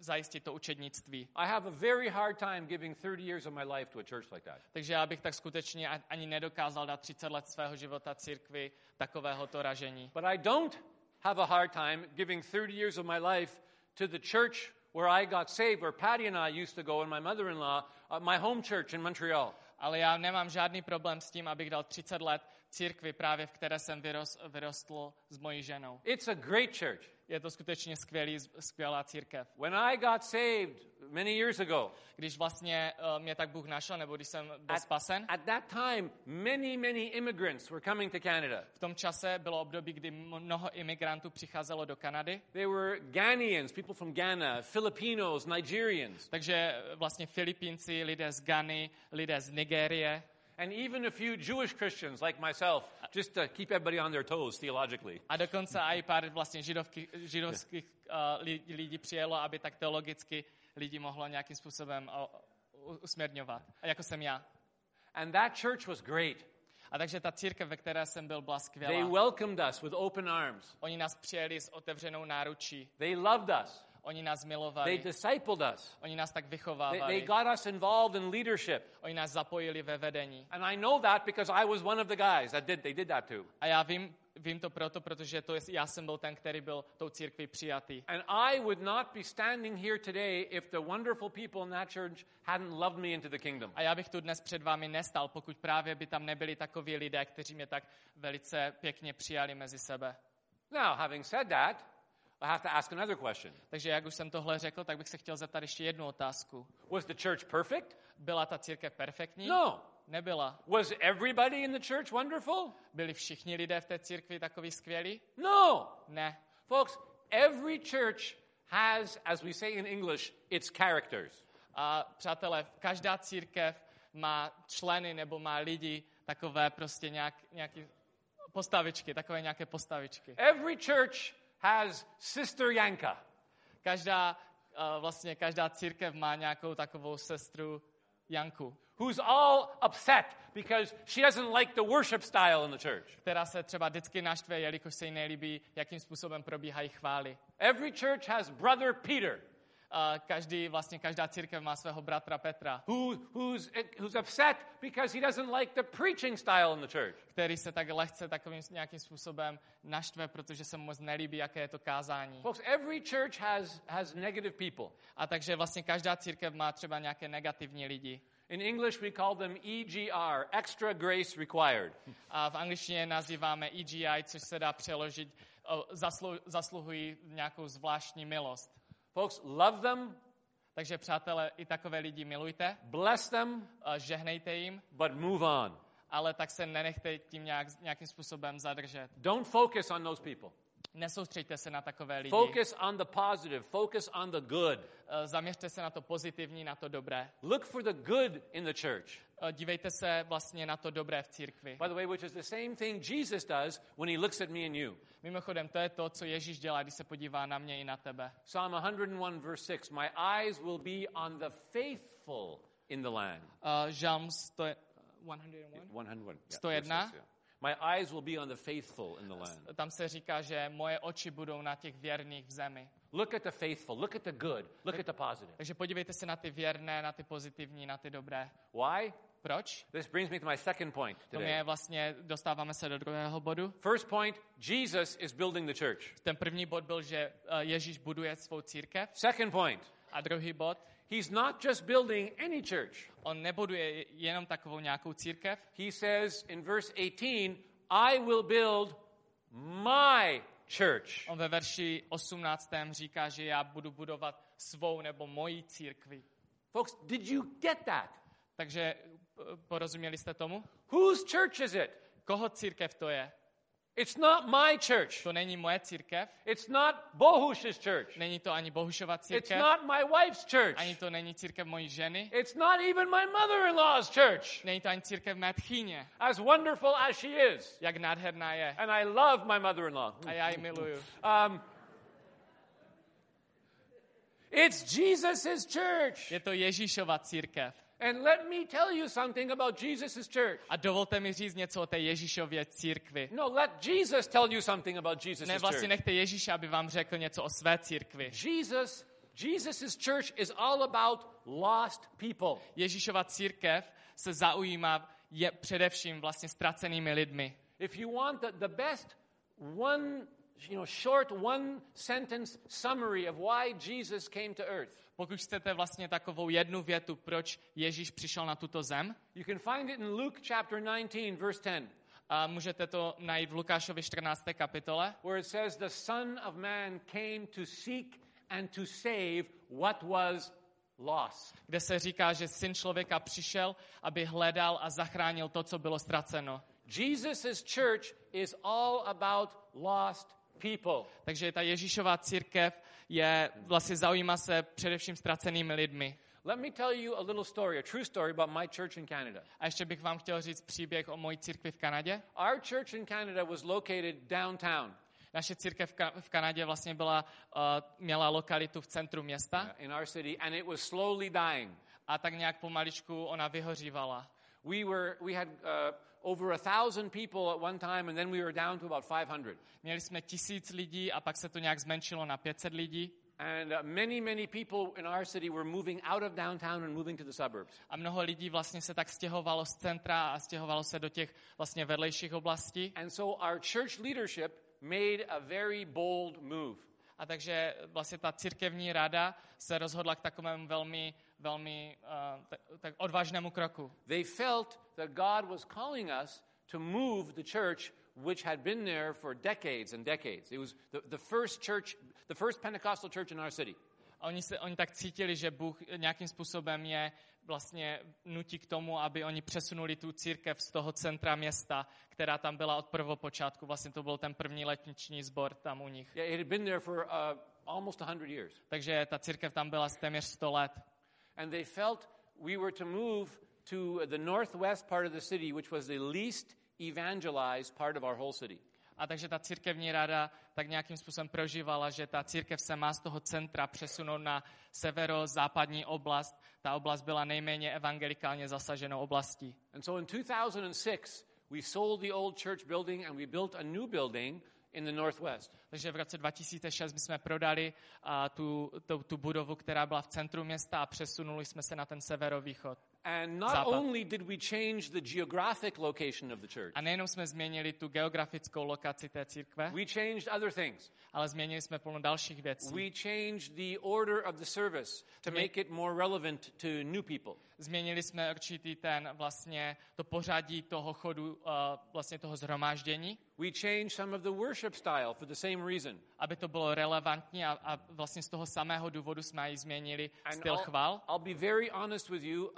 zajistit to učednictví. I have a very hard time giving 30 years of my life to a church like that. Takže já bych tak skutečně ani nedokázal dát 30 let svého života církvi takovéhoto ražení. But I don't have a hard time giving 30 years of my life to the church where I got saved, where Patty and I used to go, and my mother-in-law, my home church in Montreal. Ale já nemám žádný problém s tím, abych dal 30 let církvi právě, v které jsem vyrostl s mojí ženou. It's a great church. Je to skutečně skvělá církev. When I got saved many years ago, Když vlastně mě tak Bůh našel, nebo když jsem byl spasen, at that time, many immigrants were coming to Canada. v tom čase bylo období, kdy mnoho imigrantů přicházelo do Kanady. They were Ghanaians, people from Ghana, Filipinos, Nigerians, Takže vlastně Filipínci, lidé z Ghany, lidé z Nigérie and even a few Jewish Christians like myself, just to keep everybody on their toes theologically. a dokonce i pár vlastně židovských lidí přijelo, aby tak teologicky lidi mohlo nějakým způsobem usměrňovat. A jako jsem já. And that church was great. A takže ta církev, ve které jsem byl, byla They skvělá. welcomed us with open arms. Oni nás přijeli s otevřenou náručí. They loved us. Oni nás They milovali. discipled us. Oni nás tak They vychovávali. got us involved in leadership. Oni nás zapojili ve vedení. And I know that because I was one of the guys they did that too. A já vím to proto, protože já jsem byl ten, který byl tou církví přijatý. And I would not be standing here today if the wonderful people in that church hadn't loved me into the kingdom. A já bych tu dnes před vámi nestal, pokud právě by tam nebyli takoví lidé, kteří mě tak velice pěkně přijali mezi sebe. Now, having said that, I have to ask another question. Takže jak už jsem tohle řekl, tak bych se chtěl zeptat ještě jednu otázku. Was the church perfect? Byla ta církev perfektní? No. Nebyla. Was everybody in the church wonderful? Byli všichni lidé v té církvi takoví skvělí? No. Ne. Folks, every church has, as we say in English, its characters. A přátelé, každá církev má členy nebo má lidi takové prostě nějaké postavičky, takové nějaké postavičky. Every church has Sister Yanka. Každá církev má nějakou takovou sestru Janku, Who's all upset because she doesn't like the worship style in the church. která se třeba vždycky naštve, jelikož se jí nelíbí, jakým způsobem probíhají chvály. Every church has Brother Peter. Každá církev má svého bratra Petra, Who's upset because he doesn't like the preaching style in the church. který se tak lehce takovým nějakým způsobem naštve, protože se mu moc nelíbí, jaké je to kázání. Folks, every church has negative people. A takže vlastně každá církev má třeba nějaké negativní lidi. In English we call them EGR, extra grace required. A v angličtině nazýváme EGI, což se dá přeložit, zasluhují nějakou zvláštní milost. Folks, love them, Takže přátelé, i takové lidi milujte, bless them, žehnejte jim, but move on. ale tak se nenechte tím nějakým způsobem zadržet. Don't focus on those people. Nesoustřeďte se na takové lidi. Focus on the positive, focus on the good. Zaměřte se na to pozitivní, na to dobré. Look for the good in the church. Dívejte se vlastně na to dobré v církvi. By the way, which is the same thing Jesus does when he looks at me and you. Mimochodem, to je to, co Ježíš dělá, když se podívá na mě i na tebe. Psalm 101 verse 6, my eyes will be on the faithful in the land. Žalm 101. My eyes will be on the faithful in the land. Tam se říká, že moje oči budou na těch věrných v zemi. Look at the faithful, look at the good, look at the positive. Takže podívejte se na ty věrné, na ty pozitivní, na ty dobré. Why? Proč? This brings me to my second point today. Dostáváme se do druhého bodu. First point, Jesus is building the church. Ten první bod byl, že Ježíš buduje svou církev. Second point, A druhý bod, he's not just building any church. on nebuduje jenom takovou nějakou církev. He says in verse 18, I will build my church. On ve verši 18. říká, že já budu budovat svou nebo moji církvi. Folks, did you get that? Takže porozuměli jste tomu? Whose church is it? Koho církev to je? It's not my church. To není moje církev. It's not Bohush's church. Není to ani Bohušova It's církev. not my wife's church. Ani to není církev mojí ženy. It's not even my mother-in-law's church. Není to ani církev mé tchýně. As wonderful as she is. Jak nádherná je. And I love my mother-in-law. A já ji miluju. It's Jesus's church. Je to Ježíšova církev. And let me tell you something about Jesus's church. A dovolte mi říct něco o té Ježíšově církvi. No, let Jesus tell you something about Jesus's Ne, vlastně church. nechte Ježíše, aby vám řekl něco o své církvi. Jesus' church is all about lost people. Ježíšova církev se zaujímá je především vlastně ztracenými lidmi. If you want the best short one sentence summary of why Jesus came to earth. Pokud chcete vlastně takovou jednu větu, proč Ježíš přišel na tuto zem, you can find it in Luke chapter 19 verse 10. A můžete to najít v Lukášovi 14. kapitole, where it says the Son of Man came to seek and to save what was lost. kde se říká, že Syn člověka přišel, aby hledal a zachránil to, co bylo ztraceno. Jesus' church is all about lost people. Takže ta Ježíšova církev vlastně zaujímá se především ztracenými lidmi. Let me tell you a little story, a true story about my church in Canada. A ještě bych vám chtěl říct příběh o mojí církvi v Kanadě. Our church in Canada was located downtown. Naše církev v Kanadě vlastně měla lokalitu v centru města. In our city, and it was slowly dying. A tak nějak pomaličku ona vyhořívala. We had over 1,000 people at one time, and then we were down to about 500. Měli jsme 1000 lidí a pak se to nějak zmenšilo na 500 lidí. And many people in our city were moving out of downtown and moving to the suburbs. A mnoho lidí vlastně se tak stěhovalo z centra a stěhovalo se do těch vlastně vedlejších oblastí. And so our church leadership made a very bold move. A takže vlastně ta církevní rada se rozhodla k takovému velmi tak odvážnému kroku. They felt that God was calling us to move the church which had been there for decades and decades. It was the first church, the first Pentecostal church in our city. A oni tak cítili, že Bůh nějakým způsobem je vlastně nutí k tomu, aby oni přesunuli tu církev z toho centra města, která tam byla od prvopočátku. Vlastně to byl ten první letniční sbor tam u nich. Yeah, it had been there for almost 100 years. Takže ta církev tam byla téměř 100 let. And they felt we were to move to the northwest part of the city, which was the least evangelized part of our whole city. A takže ta církevní rada tak nějakým způsobem prožívala, že ta církev se má z toho centra přesunout na severozápadní oblast. Ta oblast byla nejméně evangelikálně zasaženou oblastí. And so in 2006 we sold the old church building and we built a new building in the northwest. Takže v roce 2006 jsme prodali tu budovu, která byla v centru města a přesunuli jsme se na ten severovýchod. And not only did we change the geographic location of the church. A nejenom jsme změnili tu geografickou lokaci té církve, we changed other things. Ale změnili jsme plno dalších věcí. We changed the order of the service to make it more relevant to new people. Změnili jsme určitý to pořadí toho chodu vlastně toho shromáždění. We changed some of the worship style for the same reason. Aby to bylo relevantní a vlastně z toho samého důvodu jsme ji změnili styl chvál. I'll be very honest with you,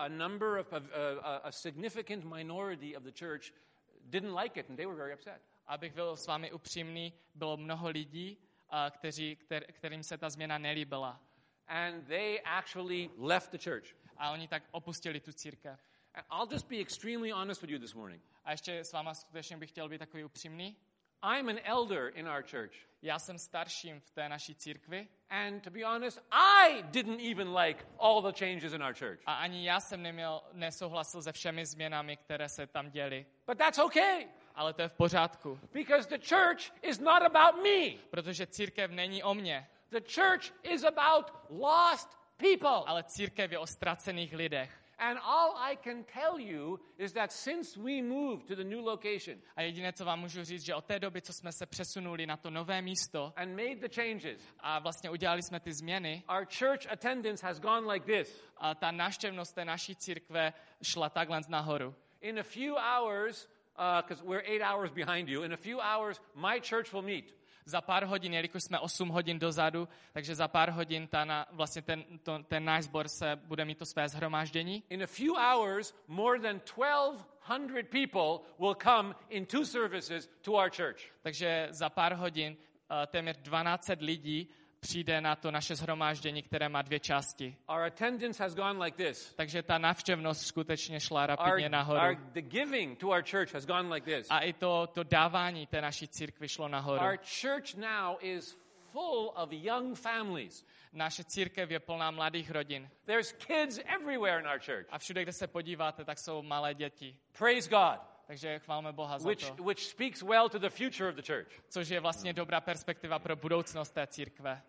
a significant minority of the church didn't like it and they were very upset. Abych byl s vámi upřímný, bylo mnoho lidí, kterým se ta změna nelíbila. And they actually left the church. A oni tak opustili tu církev. And I'll just be extremely honest with you this morning. A ještě s váma skutečně bych chtěl být takový upřímný. I'm an elder in our church. Já jsem starším v té naší církvi. And to be honest, I didn't even like all the changes in our church. A ani já jsem nesouhlasil se všemi změnami, které se tam děly. But that's okay. Ale to je v pořádku. Because the church is not about me. Protože církev není o mně. The church is about lost people. Ale církev je o ztracených lidech. And all I can tell you is that since we moved to the new location, a jediné, co vám můžu říct, že od té doby, co jsme se přesunuli na to nové místo and made the changes, a vlastně udělali jsme ty změny, our church attendance has gone like this. A ta návštěvnost té naší církve šla takhle nahoru. In a few hours, because we're 8 hours behind you, in a few hours my church will meet. Za pár hodin, jelikož jsme 8 hodin dozadu, takže za pár hodin vlastně ten náš sbor se bude mít to své shromáždění. In a few hours, more than 1,200 people will come in 2 services to our church. Takže za pár hodin téměř 1200 lidí přijde na to naše shromáždění, které má 2 části. Our attendance has gone like this. Takže ta návštěvnost skutečně šla rapidně nahoru. The giving to our church has gone like this. A i to dávání té naší církvi šlo nahoru. Our church now is full of young families. Naše církev je plná mladých rodin. There's kids everywhere in our church. A všude, kde se podíváte, tak jsou malé děti. Praise God. Takže chválme Boha za to. Which speaks well to the future of the church. Což je vlastně dobrá perspektiva pro budoucnost té církve.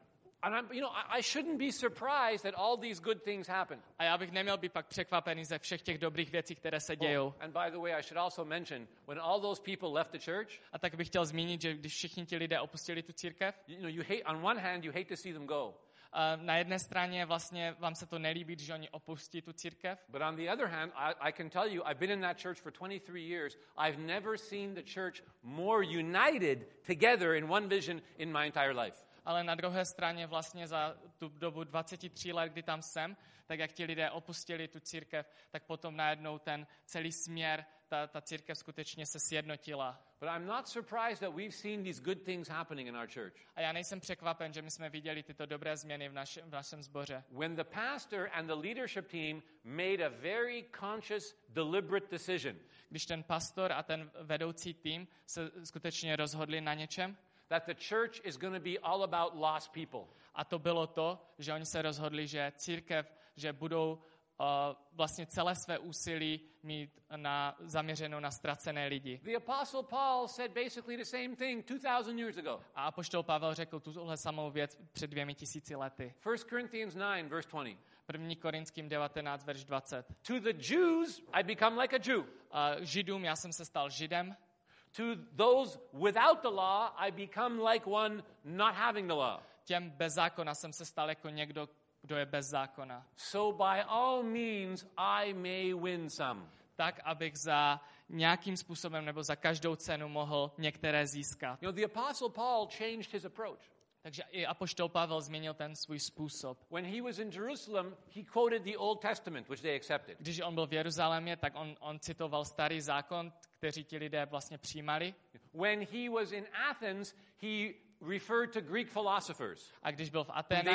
And I shouldn't be surprised that all these good things happen. A já bych neměl být pak překvapený ze všech těch dobrých věcí, které se dějou. And by the way, I should also mention, when all those people left the church, A tak bych chtěl zmínit, že když všichni ti lidé opustili tu církev, on one hand, you hate to see them go. na jedné straně vlastně vám se to nelíbí, když oni opustí tu církev. But on the other hand, I can tell you, I've been in that church for 23 years. I've never seen the church more united together in one vision in my entire life. Ale na druhé straně vlastně za tu dobu 23 let, kdy tam jsem, tak jak ti lidé opustili tu církev, tak potom najednou ten celý směr, ta církev skutečně se sjednotila. But I'm not surprised that we've seen these good things happening in our church. A já nejsem překvapen, že my jsme viděli tyto dobré změny v našem sboře. When the pastor and the leadership team made a very conscious, deliberate decision. Když ten pastor a ten vedoucí tým se skutečně rozhodli na něčem, that the church is going to be all about lost people. A to bylo to, že oni se rozhodli, že církev, že budou vlastně celé své úsilí mít zaměřenou na ztracené lidi. The apostle Paul said basically the same thing 2000 years ago. A apoštol Pavel řekl tuhle samou věc před 2000 lety. 1 Corinthians 9 verse 20. 1. Korinským 19 verš 20. To the Jews I become like a Jew. Židům já jsem se stal Židem. To those without the law I become like one not having the law. Těm bez zákona jsem se stal jako někdo, kdo je bez zákona. So by all means I may win some. Tak, abych za nějakým způsobem nebo za každou cenu mohl některé získat. The apostle Paul changed his approach. Takže i apoštol Pavel změnil ten svůj způsob. When he was in Jerusalem, he quoted the Old Testament, which they accepted. Když on byl v Jeruzalémě, tak on citoval starý zákon, kteří ti lidé vlastně přijímali. When he was in Athens, he referred to Greek philosophers. A když byl v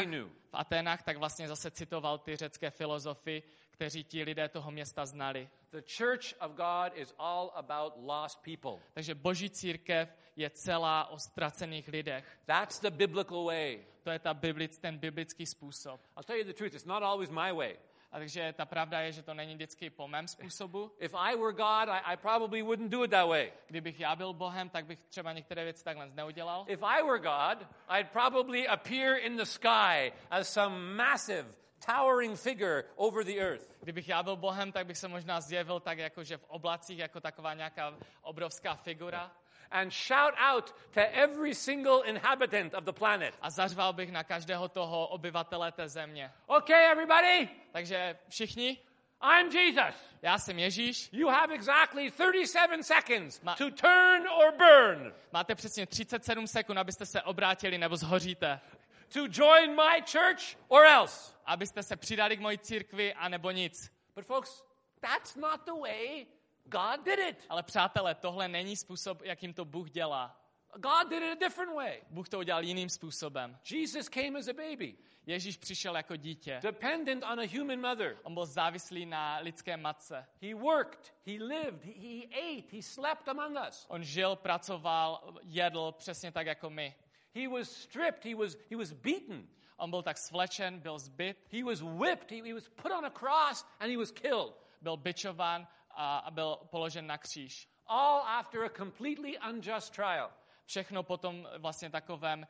Aténách, tak vlastně zase citoval ty řecké filozofy, kteří ti lidé toho města znali. The Church of God is all about lost people. Takže Boží církev je celá o ztracených lidech. That's the biblical way. To je ten biblický způsob. I'll tell you the truth, it's not always my way. A takže ta pravda je, že to není vždycky po mém způsobu. If I were God, I probably wouldn't do it that way. Kdybych já byl Bohem, tak bych třeba některé věci takhle neudělal. If I were God, I'd probably appear in the sky as some massive towering figure over the earth. Kdybych já byl Bohem, tak bych se možná zjevil tak jakože v oblacích jako taková nějaká obrovská figura. And shout out to every single inhabitant of the planet. A zařval bych na každého toho obyvatele té země. Okay, everybody? Takže všichni? I'm Jesus. Já jsem Ježíš. You have exactly 37 seconds to turn or burn. Máte přesně 37 sekund, abyste se obrátili nebo zhoříte. To join my church or else. Abyste se přidali k mojí církvi a nebo nic. But folks, that's not the way God did it. Ale přátelé, tohle není způsob, jakým to Bůh dělá. God did it a different way. Bůh to udělal jiným způsobem. Jesus came as a baby. Ježíš přišel jako dítě. Dependent on a human mother. On byl závislý na lidské matce. He worked, he lived, he ate, he slept among us. On žil, pracoval, jedl přesně tak jako my. He was stripped, he was beaten. On byl tak svlečen, byl zbyt. He was whipped, he was put on a cross and he was killed. Byl bičován a byl položen na kříž. All after a completely unjust trial. Všechno potom vlastně takovém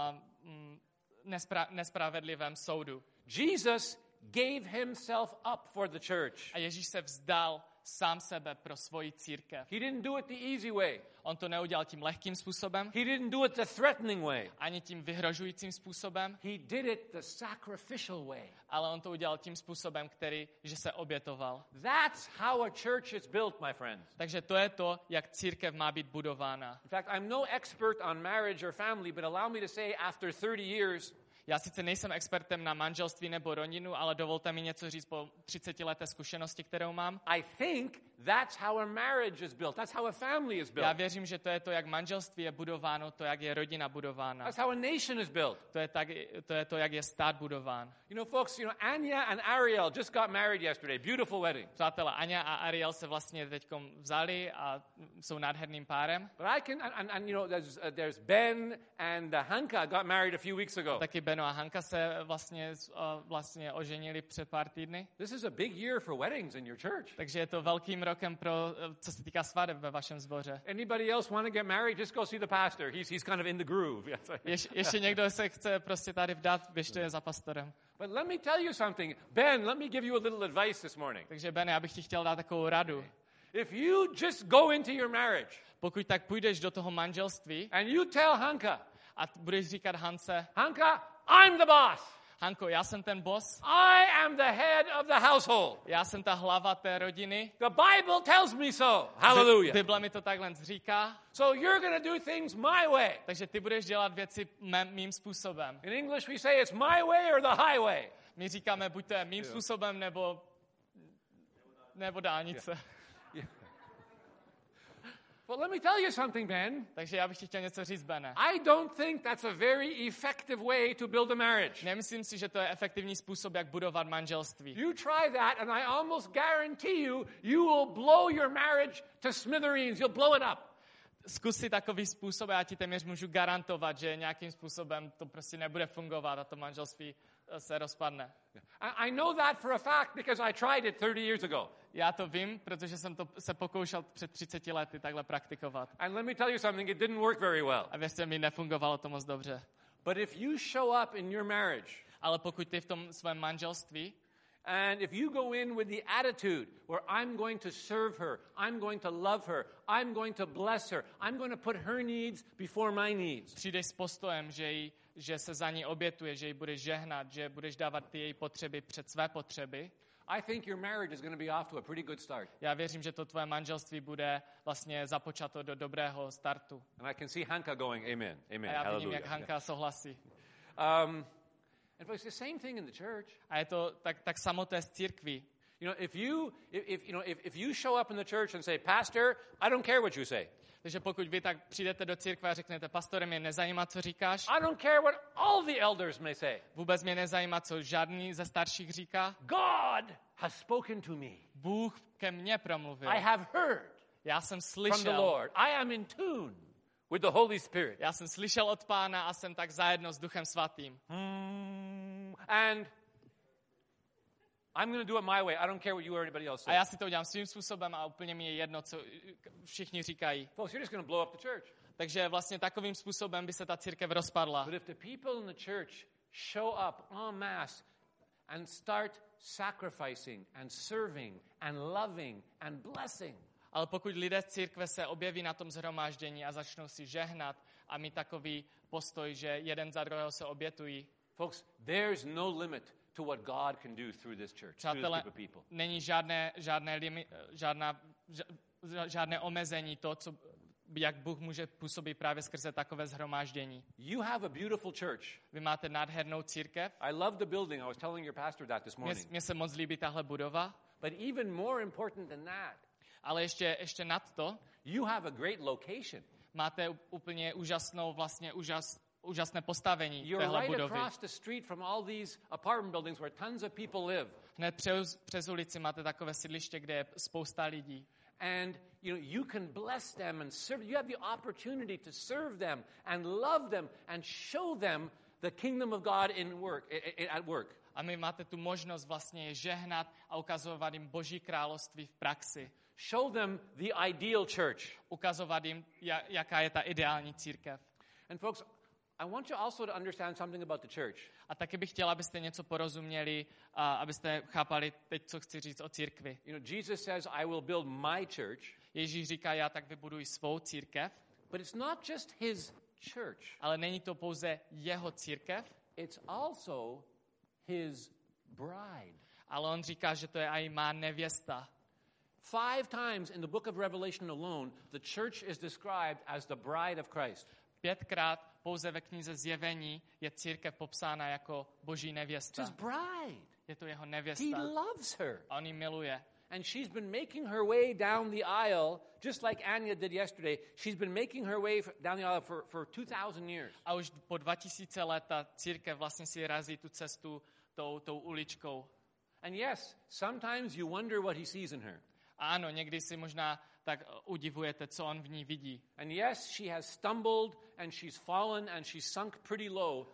nespravedlivém soudu. Jesus gave himself up for the church. A Ježíš se vzdal sám sebe pro svoji církev. He didn't do it the easy way. On to neudělal tím lehkým způsobem. He didn't do it the threatening way. Ani tím vyhrožujícím způsobem. He did it the sacrificial way. Ale on to udělal tím způsobem, že se obětoval. That's how a church is built, my friends. Takže to je to, jak církev má být budována. In fact, I'm no expert on marriage or family, but allow me to say after 30 years, já sice nejsem expertem na manželství nebo rodinu, ale dovolte mi něco říct po 30leté zkušenosti, kterou mám. I think that's how a marriage is built. That's how a family is built. Já věřím, že to je to, jak manželství je budováno, to, jak je rodina budována. That's how a nation is built. To je to, jak je stát budován. Folks, Anya and Ariel just got married yesterday. Beautiful wedding. Přátelé, Anya a Ariel se vlastně teďkom vzali a jsou nádherným párem. But I can, and there's Ben and Hanka got married a few weeks ago. Taky Beno a Hanka se vlastně oženili před pár týdny. This is a big year for weddings in your church. Takže je to velkým rokem co se týká svadeb ve vašem sboře. Anybody else want to get married? Just go see the pastor. He's kind of in the groove. Ještě někdo se chce prostě tady vdát, běžte za pastorem. But let me tell you something. Ben, let me give you a little advice this morning. Takže Ben, já bych ti chtěl dát takovou radu. If you just go into your marriage, Pokud tak půjdeš do toho manželství and you tell Hanka, a budeš říkat Hance, Hanka, I'm the boss. Hanko, já jsem ten boss, I am the head of the household. já jsem ta hlava té rodiny. The Bible tells me so. Hallelujah. Bible mi to takhle říká. So you're going to do things my way. Takže ty budeš dělat věci mým způsobem. In English we say it's my way or the highway. My říkáme, buď to je mým způsobem, nebo dálnice. But let me tell you something, Ben. Takže já bych ti chtěl něco říct, Bene. I don't think that's a very effective way to build a marriage. Nemyslím si, že to je efektivní způsob, jak budovat manželství. You try that and I almost guarantee you will blow your marriage to smithereens. You'll blow it up. Zkus si takový způsob a já ti téměř můžu garantovat, že nějakým způsobem to prostě nebude fungovat a to manželství se rozpadne. I know that for a fact because I tried it 30 years ago. Já to vím, protože jsem to se pokoušel před 30 lety takhle praktikovat. And let me tell you something, it didn't work very well. A věřte mi, nefungovalo to moc dobře. But if you show up in your marriage, Ale pokud ty v tom svém manželství and if you go in with the attitude where I'm going to serve her, I'm going to love her, I'm going to bless her, I'm going to put her needs before my needs. přijdeš s postojem, že se za ní obětuje, že ji budeš žehnat, že budeš dávat ty její potřeby před své potřeby, I think your marriage is going to be off to a pretty good start. já věřím, že to tvoje manželství bude vlastně započato do dobrého startu. And I can see Hanka going, amen, amen, A já vidím, hallelujah. jak Hanka souhlasí. And folks, the same thing in the church. A je to tak samoté z církví. You know, if you show up in the church and say, Pastor, I don't care what you say. Takže pokud vy tak přijdete do církve a řeknete, pastore, mě nezajímá, co říkáš, I don't care what all the elders may say. vůbec mě nezajímá, co žádný ze starších říká, God has spoken to me. Bůh ke mně promluvil. I have heard Já jsem from the slyšel. Lord. I am in tune with the Holy Spirit. Já jsem slyšel od Pána a jsem tak zajedno s Duchem Svatým. And I'm going to do it my way. I don't care what you or anybody else A says. já si to udělám svým způsobem a úplně mi je jedno, co všichni říkají. Folks, you're just going to blow up the church. Takže vlastně takovým způsobem by se ta církev rozpadla. But if the people in the church show up en masse and start sacrificing and serving and loving and blessing, Ale pokud lidé z církve se objeví na tom shromáždění a začnou si žehnat a mít takový postoj, že jeden za druhého se obětují, folks, there's no limit to what God can do through this church, through this přátelé, group of people. není žádné omezení to, jak Bůh může působit právě skrze takové shromáždění. You have a beautiful church. Vy máte nádhernou církev. I love the building. I was telling your pastor that this morning. Mně se moc líbí tahle budova, But even more important than that, ale ještě nad to you have a great location. máte úplně úžasné postavení You're téhle right budovy. across the street from all these apartment buildings where tons of people live. Hned přes ulici máte takové sídliště, kde je spousta lidí. And you can bless them and serve. You have the opportunity to serve them and love them and show them the kingdom of God at work. A my máte tu možnost vlastně je žehnat a ukazovat jim Boží království v praxi. Show them the ideal church. Ukazovat jim, jaká je ta ideální církev. And folks, I want you also to understand something about the church. A taky bych chtěla, abyste něco porozuměli, a abyste chápali teď, co chci říct o církvi. Jesus says, I will build my church. Ježíš říká, já tak vybuduji svou církev. But it's not just his church. Ale není to pouze jeho církev. It's also his bride. Ale on říká, že to je i má nevěsta. 5 times in the book of Revelation alone, the church is described as the bride of Christ. 5krát pouze ve knize Zjevení je církev popsána jako Boží nevěsta. It's his bride. Je to jeho He nevěsta. loves her. A on ji miluje. And she's been making her way down the aisle, just like Anya did yesterday. She's been making her way down the aisle for 2,000 years. A už po 2000 let ta církev vlastně si razí tu cestu tou uličkou. And yes, sometimes you wonder what he sees in her. A ano, někdy si možná tak udivujete, co on v ní vidí. And yes, she has stumbled and she's fallen and she's sunk pretty low.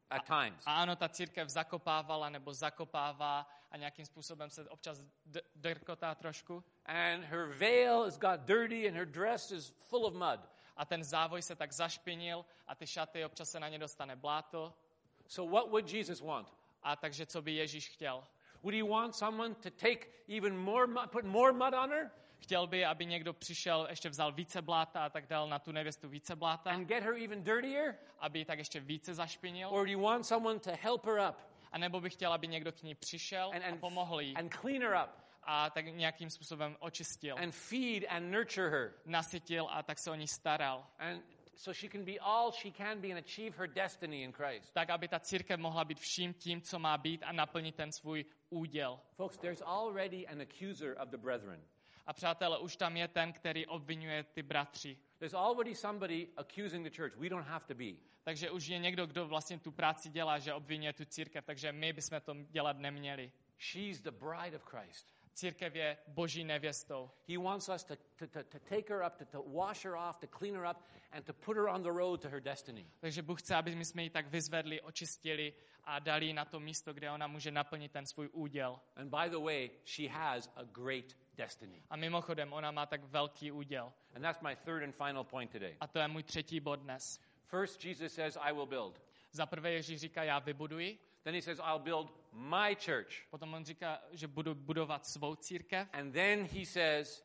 at times. A ano, ta církev zakopávala nebo zakopává a nějakým způsobem se občas drkotá trošku. And her veil has got dirty and her dress is full of mud. A ten závoj se tak zašpinil a ty šaty, občas se na ně dostane bláto. So what would Jesus want? A takže co by Ježíš chtěl? Would he want someone to take even more mud, put more mud on her? Chtěl by, aby někdo přišel, ještě vzal více bláta a tak dal na tu nevěstu více bláta, And get her even dirtier? aby ji tak ještě více zašpinil. Or do you want someone to help her up A nebo by chtěl, aby někdo k ní přišel a pomohl jí and clean her up a tak nějakým způsobem očistil, and feed and nurture her? nasytil a tak se o ní staral. And so she can be all she can be and achieve her destiny in Christ. Tak, aby ta církev mohla být vším tím, co má být a naplnit ten svůj úděl. Folks, there's already an accuser of the brethren. A přátelé, už tam je ten, který obvinuje ty bratři. There's already somebody accusing the church. We don't have to be. Takže už je někdo, kdo vlastně tu práci dělá, že obvinuje tu církev, takže my bychom to dělat neměli. She's the bride of Christ. Církev je boží nevěstou. He wants us to take her up, to wash her off, to clean her up, and to put her on the road to her destiny. Takže Bůh chce, aby my jsme ji tak vyzvedli, očistili a dali ji na to místo, kde ona může naplnit ten svůj úděl. And by the way, she has a great destiny. A mimochodem, ona má tak velký úděl. And that's my third and final point today. A to je můj třetí bod dnes. First, Jesus says, I will build. Za prvé Ježíš říká, já vybuduji. Then he says, I'll build my church. Potom on říká, že budu budovat svou církev. And then he says,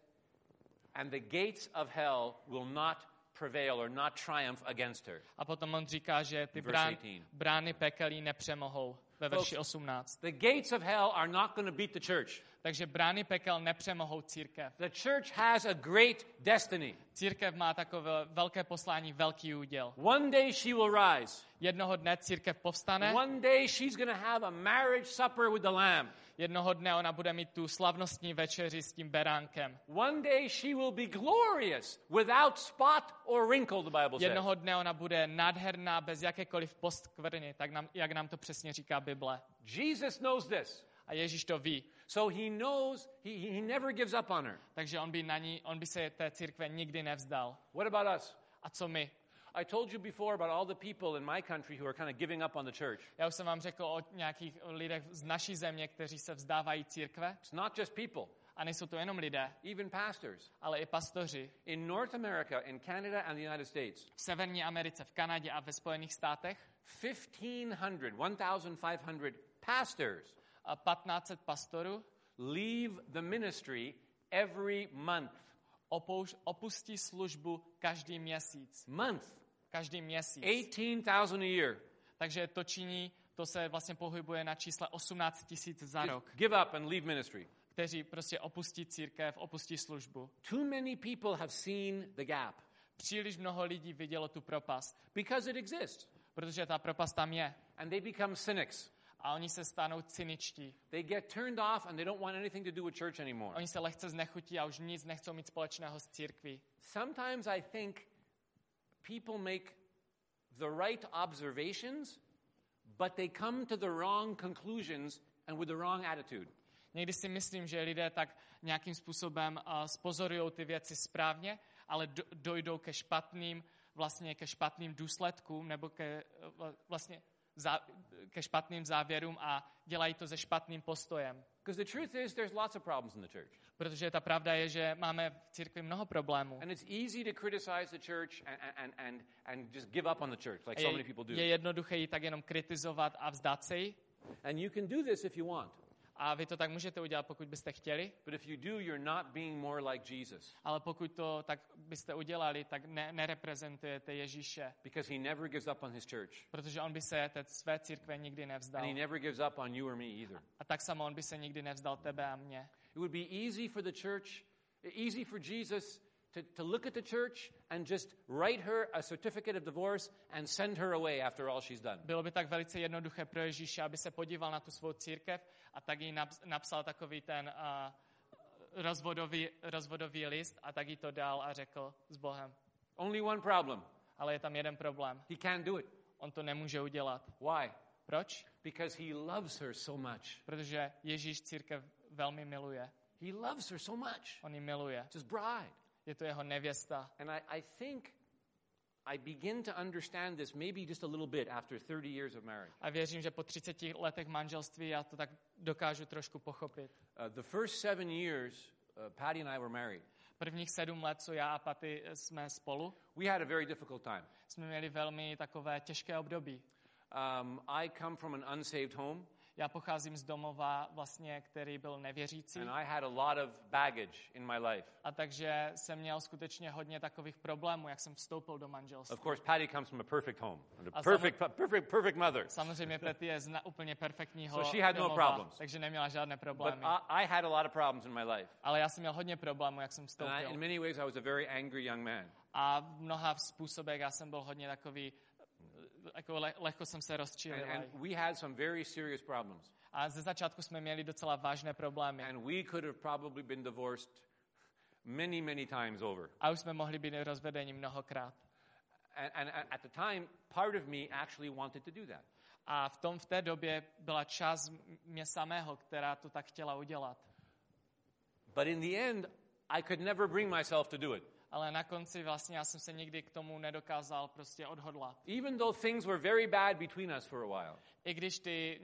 and the gates of hell will not prevail or not triumph against her. A potom on říká, že ty brány pekelí nepřemohou ve verši 18. The gates of hell are not going to beat the church. Takže brány pekel nepřemohou církev. The church has a great destiny. Církev má takové velké poslání, velký úděl. One day she will rise. Jednoho dne církev povstane. One day she's going to have a marriage supper with the lamb. Jednoho dne ona bude mít tu slavnostní večeři s tím beránkem. One day she will be glorious, without spot or wrinkle, the Bible says. Jednoho dne ona bude nádherná, bez jakékoliv poskvrny, tak jak nám to přesně říká Bible. Jesus knows this. A Ježíš to ví. So he knows, he never gives up on her. Takže on by se té církve nikdy nevzdal. What about us? A co my? I told you before about all the people in my country who are kind of giving up on the church. Já už jsem vám řekl o nějakých lidech z naší země, kteří se vzdávají církve. It's not just people. A nejsou to jenom lidé, Even pastors. ale i pastoři. In North America, in Canada and the United States, V Severní Americe, v Kanadě a ve Spojených státech 1,500 pastors a 1500 pastorů leave the ministry every month. Opustí službu každý měsíc. Každý měsíc. 18,000 a year. Takže to se vlastně pohybuje na čísle 18 000 za rok. Give up and leave ministry. Kteří prostě opustí církev, opustí službu. Too many people have seen the gap. Příliš mnoho lidí vidělo tu propast. Because it exists. Protože ta propast tam je. And they become cynics. A oni se stanou cyničtí. They get turned off and they don't want anything to do with church anymore. Oni se lehce znechutí a už nic nechcou mít společného s církví. Sometimes I think people make the right observations, but they come to the wrong conclusions and with the wrong attitude. Někdy si myslím, že lidé tak nějakým způsobem spozorují ty věci správně, ale dojdou ke špatným důsledkům nebo ke špatným závěrům a dělají to se špatným postojem. Because the truth is there's lots of problems in the church. Protože ta pravda je, že máme v církvi mnoho problémů. And it's easy to criticize the church and just give up on the church like so many people do. Je jednoduché ji tak jenom kritizovat a vzdát se jí. And you can do this if you want. A vy to tak můžete udělat, pokud byste chtěli. But if you do, you're not being more like Jesus. Ale pokud to tak byste udělali, tak nereprezentujete Ježíše. Because he never gives up on his church. Protože on by se té své církve nikdy nevzdal. And he never gives up on you or me either. A tak samo on by se nikdy nevzdal tebe a mě. It would be easy for the church, easy for Jesus to look at the church and just write her a certificate of divorce and send her away after all she's done. Bylo by tak velice jednoduché pro Ježíše, aby se podíval na tu svou církev a tak jí napsal takový ten rozvodový list a tak jí to dal a řekl s Bohem. Only one problem. Ale je tam jeden problém. He can't do it. On to nemůže udělat. Why? Proč? Because he loves her so much. Protože Ježíš církev velmi miluje. He loves her so much. On ji miluje. It's his bride. Je to jeho nevěsta. And I think I begin to understand this maybe just a little bit after 30 years of marriage. A věřím, že po 30 letech manželství já to tak dokážu trošku pochopit. The first 7 years, Patty and I were married. Prvních 7 let, co já a Patty jsme spolu, We had a very difficult time. jsme měli velmi takové těžké období. I come from an unsaved home. Já pocházím z domova, vlastně, který byl nevěřící. And I had a lot of baggage in my life. A takže jsem měl skutečně hodně takových problémů, jak jsem vstoupil do manželství. Of course, Patty comes from a perfect home, a A perfect mother. Samozřejmě Patty je z úplně perfektního So she had no domova, problems. takže neměla žádné But problémy. I had a lot of problems in my life. Ale já jsem měl hodně problémů, jak jsem And vstoupil. in many ways, I was a very angry young man. A v mnoha způsobech já jsem byl hodně takový, jako lehko jsem se rozčílil. And we had some very serious problems. A ze začátku jsme měli docela vážné problémy. And we could have probably been divorced many, many times over. A už jsme mohli být rozvedeni mnohokrát. And at the time, part of me actually wanted to do that. A v té době byla část mě samého, která to tak chtěla udělat. But in the end, I could never bring myself to do it. Ale na konci vlastně já jsem se nikdy k tomu nedokázal prostě odhodlat. Even though things were very bad between us for a while, I když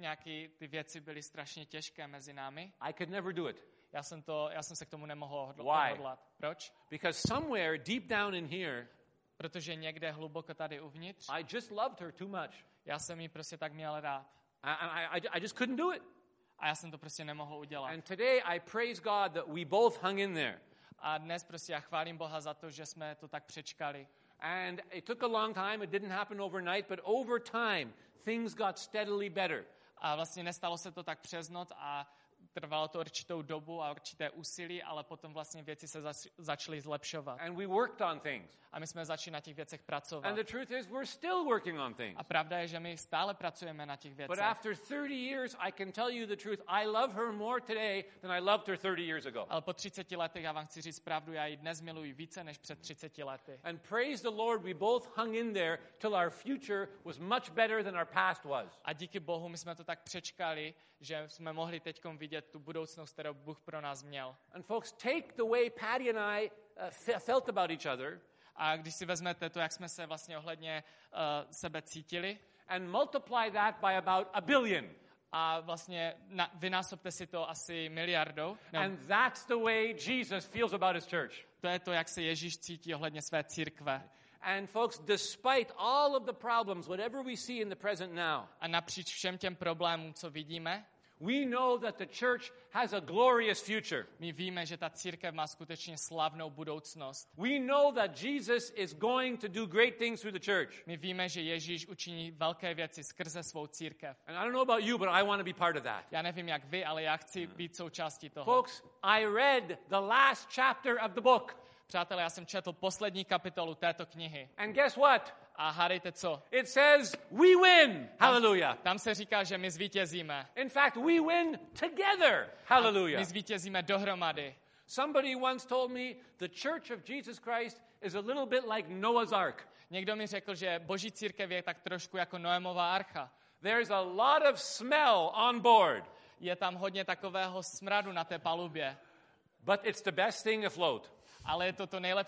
ty věci byly strašně těžké mezi námi, I could never do it. já jsem se k tomu nemohl Why? odhodlat. Proč? Because somewhere deep down in here, Protože někde hluboko tady uvnitř, I just loved her too much. já jsem ji prostě tak měl rád. And I just couldn't do it. A já jsem to prostě nemohl udělat. And today I praise God that we both hung in there. A dnes prostě já chválím Boha za to, že jsme to tak přečkali. And it took a long time. It didn't happen overnight, but over time, things got steadily better. A vlastně nestalo se to tak přes noc a trvalo to určitou dobu a určité úsilí, ale potom vlastně věci se začaly zlepšovat. And we worked on things. A my jsme začali na těch věcech pracovat. And the truth is, we're still working on things. A pravda je, že my stále pracujeme na těch But věcech. after 30 years, I can tell you the truth. I love her more today than I loved her 30 years ago. Ale po 30 letech já vám chci říct pravdu, já ji dnes miluji více než před 30 lety. And praise the Lord, we both hung in there till our future was much better than our past was. A díky Bohu my jsme to tak přečkali, že jsme mohli teďkom vidět tu budoucnost, kterou Bůh pro nás měl. And folks, take the way Patty and I felt about each other A když si vezmete to, jak jsme se vlastně ohledně sebe cítili, and multiply that by about 1 billion. a vlastně vynásobte si to asi miliardou. No, And that's the way Jesus feels about his church. to je to, jak se Ježíš cítí ohledně své církve. And folks, despite all of the problems, whatever we see in the present now, A napříč všem těm problémům, co vidíme, we know that the church has a glorious future. my víme, že ta církev má skutečně slavnou budoucnost. We know that Jesus is going to do great things through the church. My víme, že Ježíš učiní velké věci skrze svou církev. And I don't know about you, but I want to be part of that. Já nevím, jak vy, ale já chci být součástí toho. Folks, I read the last chapter of the book. Přátelé, já jsem četl poslední kapitolu této knihy. And guess what? A hádejte co? It says we win. Hallelujah. Tam se říká, že my zvítězíme. In fact, we win together. Hallelujah. My zvítězíme dohromady. Somebody once told me the Church of Jesus Christ is a little bit like Noah's Ark. Někdo mi řekl, že Boží církev je tak trošku jako Noémova archa. There's a lot of smell on board, Je tam hodně takového smradu na té palubě. but it's the best thing afloat. Ale je to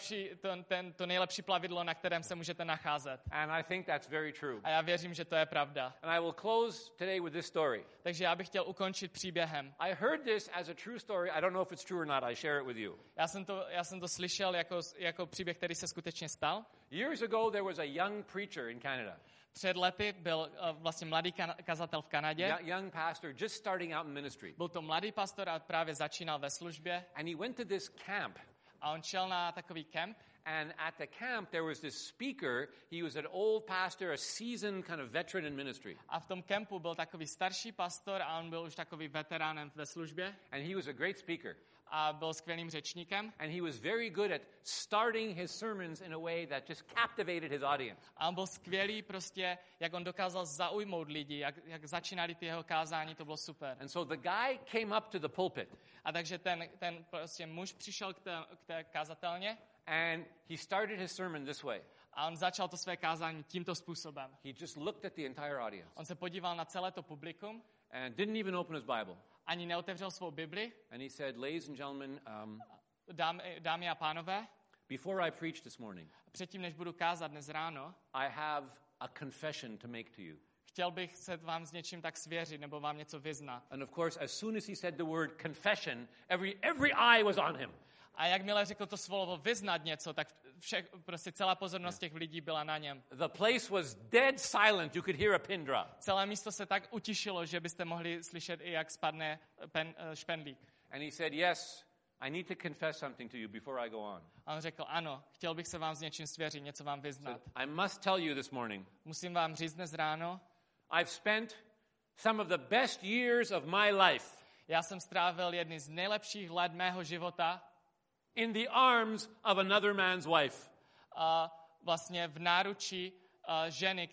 to nejlepší plavidlo, na kterém se můžete nacházet. And I think that's very true. A já věřím, že to je pravda. And I will close today with this story. Takže já bych chtěl ukončit příběhem. I heard this as a true story. I don't know if it's true or not. I share it with you. Já jsem to slyšel jako příběh, který se skutečně stal. Years ago, there was a young preacher in Canada. Před lety byl vlastně mladý kazatel v Kanadě. Young pastor just starting out in ministry. Byl to mladý pastor a právě začínal ve službě. And he went to this camp. A on šel na takový kemp. And at the camp, there was this speaker. He was an old pastor, a seasoned kind of veteran in ministry. A v tom kempu byl takový starší pastor a on byl už takový veteránem ve službě. And he was a great speaker. A byl skvělým řečníkem. And he was very good at starting his sermons in a way that just captivated his audience. A on byl skvělý prostě, jak on dokázal zaujmout lidi, jak začínali ty jeho kázání, to bylo super. And so the guy came up to the pulpit. A takže ten prostě muž přišel k té kázatelně. And he started his sermon this way. A on začal to své kázání tímto způsobem. He just looked at the entire audience On se podíval na celé to publikum, and didn't even open his Bible. ani neotevřel svou Bibli. And he said, ladies and gentlemen, Dámy a pánové, Before I preach this morning, Předtím, než budu kázat dnes ráno, I have a confession to make to you. chtěl bych se vám s něčím tak svěřit nebo vám něco vyznat. And of course, as soon as he said the word confession, every eye was on him. A jakmile řekl to slovo vyznat něco, tak prostě celá pozornost těch lidí byla na něm. The place was dead silent. You could hear a pin drop. Celé místo se tak utišilo, že byste mohli slyšet i jak spadne špendlík. And he said, yes, I need to confess something to you before I go on. A on řekl, ano, chtěl bych se vám s něčím svěřit, něco vám vyznat. I must tell you this morning, Musím vám říct dnes ráno, I've spent some of the best years of my life já jsem strávil jedny z nejlepších let mého života in the arms of another man's wife. vlastně v náručí ženy,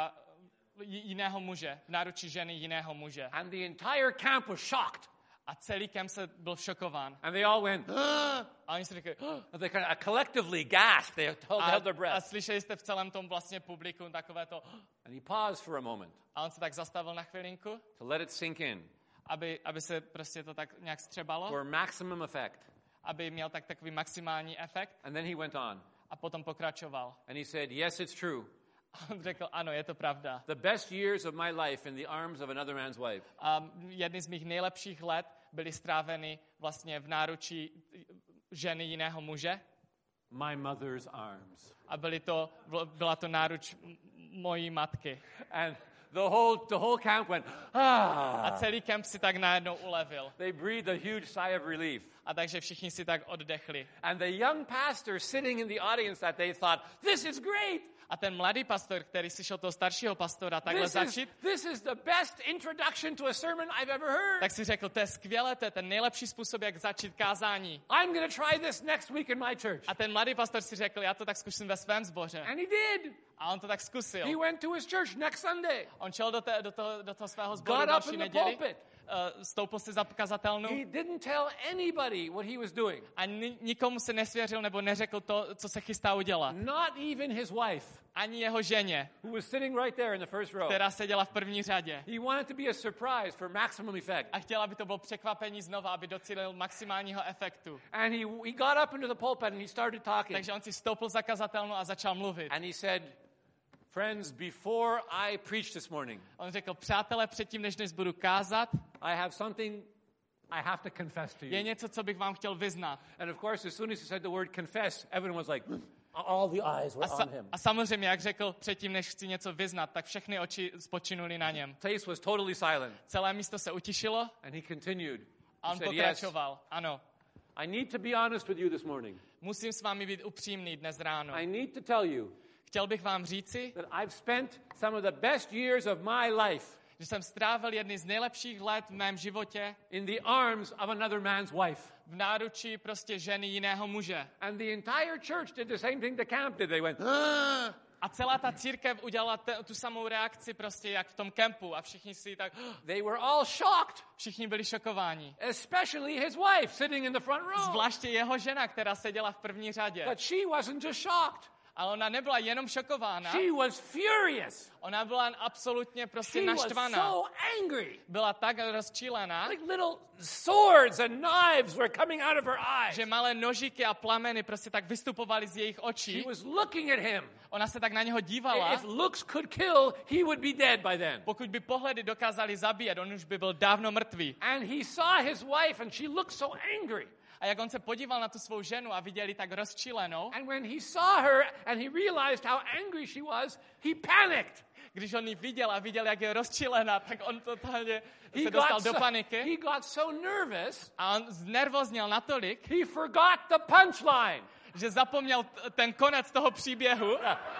jiného muže, v náručí ženy jiného muže. And the entire camp was shocked. A celý kemp se byl šokován. And they all went, A oni si řekli, and they kind of collectively gasped. They held their a breath. slyšeli jste v celém tom vlastně publiku takové to. And he paused for a moment A on se tak zastavil na chvilinku, to let it sink in aby se prostě to tak nějak střebalo, for maximum effect. aby měl takový maximální efekt And then he went on. a potom pokračoval. And he said, yes, it's true. A on řekl, ano, je to pravda. The best years of my life in the arms of another man's wife. A jedny z mých nejlepších let byly stráveny vlastně v náručí ženy jiného muže. My mother's arms. A byla to náruč mojí matky. And the whole camp went, ah. A celý kemp si tak najednou ulevil. They breathed a huge sigh of relief. A takže všichni si tak oddechli. And the young pastor sitting in the audience that day thought, this is great. A ten mladý pastor, který slyšel toho staršího pastora takhle začít, This is the best introduction to a sermon I've ever heard. tak si řekl, to je skvělé, to je ten nejlepší způsob, jak začít kázání. I'm going to try this next week in my church. A ten mladý pastor si řekl, já to tak zkusím ve svém sboře. And he did. A on to tak zkusil. He went to his church next Sunday. On šel do toho svého sboru Got up další in the neděli, pulpit. stoupil si za kazatelnu He didn't tell anybody what he was doing. a nikomu se nesvěřil nebo neřekl to, co se chystá udělat. Not even his wife, Ani jeho ženě, who was sitting right there in the first row. která seděla v první řadě. He wanted to be a surprise for maximum effect. A chtěla, aby to bylo překvapení znova, aby docílil maximálního efektu. And he got up into the pulpit and he started talking. Takže on si stoupil za kazatelnu a začal mluvit. And he said, friends, before I preach this morning, On řekl, přátelé, předtím, než dnes budu kázat, I have something I have to confess to je you. něco, co bych vám chtěl vyznat. And of course, as soon as he said the word confess, everyone was like, all the eyes were on him. A samozřejmě, jak řekl předtím, než chci něco vyznat, tak všechny oči spočinuly na něm. Place was totally silent. Celé místo se utišilo And he continued. a He on said, yes, pokračoval. Ano, I need to be honest with you this morning. musím s vámi být upřímný dnes ráno. I need to tell you Chtěl bych vám říci, that I've spent some of the best years of my life že jsem strávil jedny z nejlepších let v mém životě in the arms of another man's wife. v náručí prostě ženy jiného muže. And the entire church did the same thing the camp did. They went, A celá ta církev udělala tu samou reakci prostě jak v tom kempu a všichni si tak, they were all shocked, všichni byli šokováni. especially his wife sitting in the front row. Zvláště jeho žena, která seděla v první řadě. But she wasn't just shocked. Ale ona nebyla jenom šokována, She was furious. ona byla absolutně prostě She was naštvaná. so angry. Byla tak rozčílená, Like little swords and knives were coming out of her eyes. že malé nožíky a plameny prostě tak vystupovaly z jejich She očí. was looking at him. Ona se tak na něho dívala. If looks could kill, he would be dead by then. Pokud by pohledy dokázali zabíjet, on už by byl dávno mrtvý. And he saw his wife and she looked so angry. A jak on se podíval na tu svou ženu a viděl ji tak rozčilenou, And when he saw her and he realized how angry she was, he panicked. když on ji viděl a viděl, jak je rozčilená, tak on totálně se dostal do paniky. He got so nervous, A on znervozněl natolik, he forgot the punchline. že zapomněl ten konec toho příběhu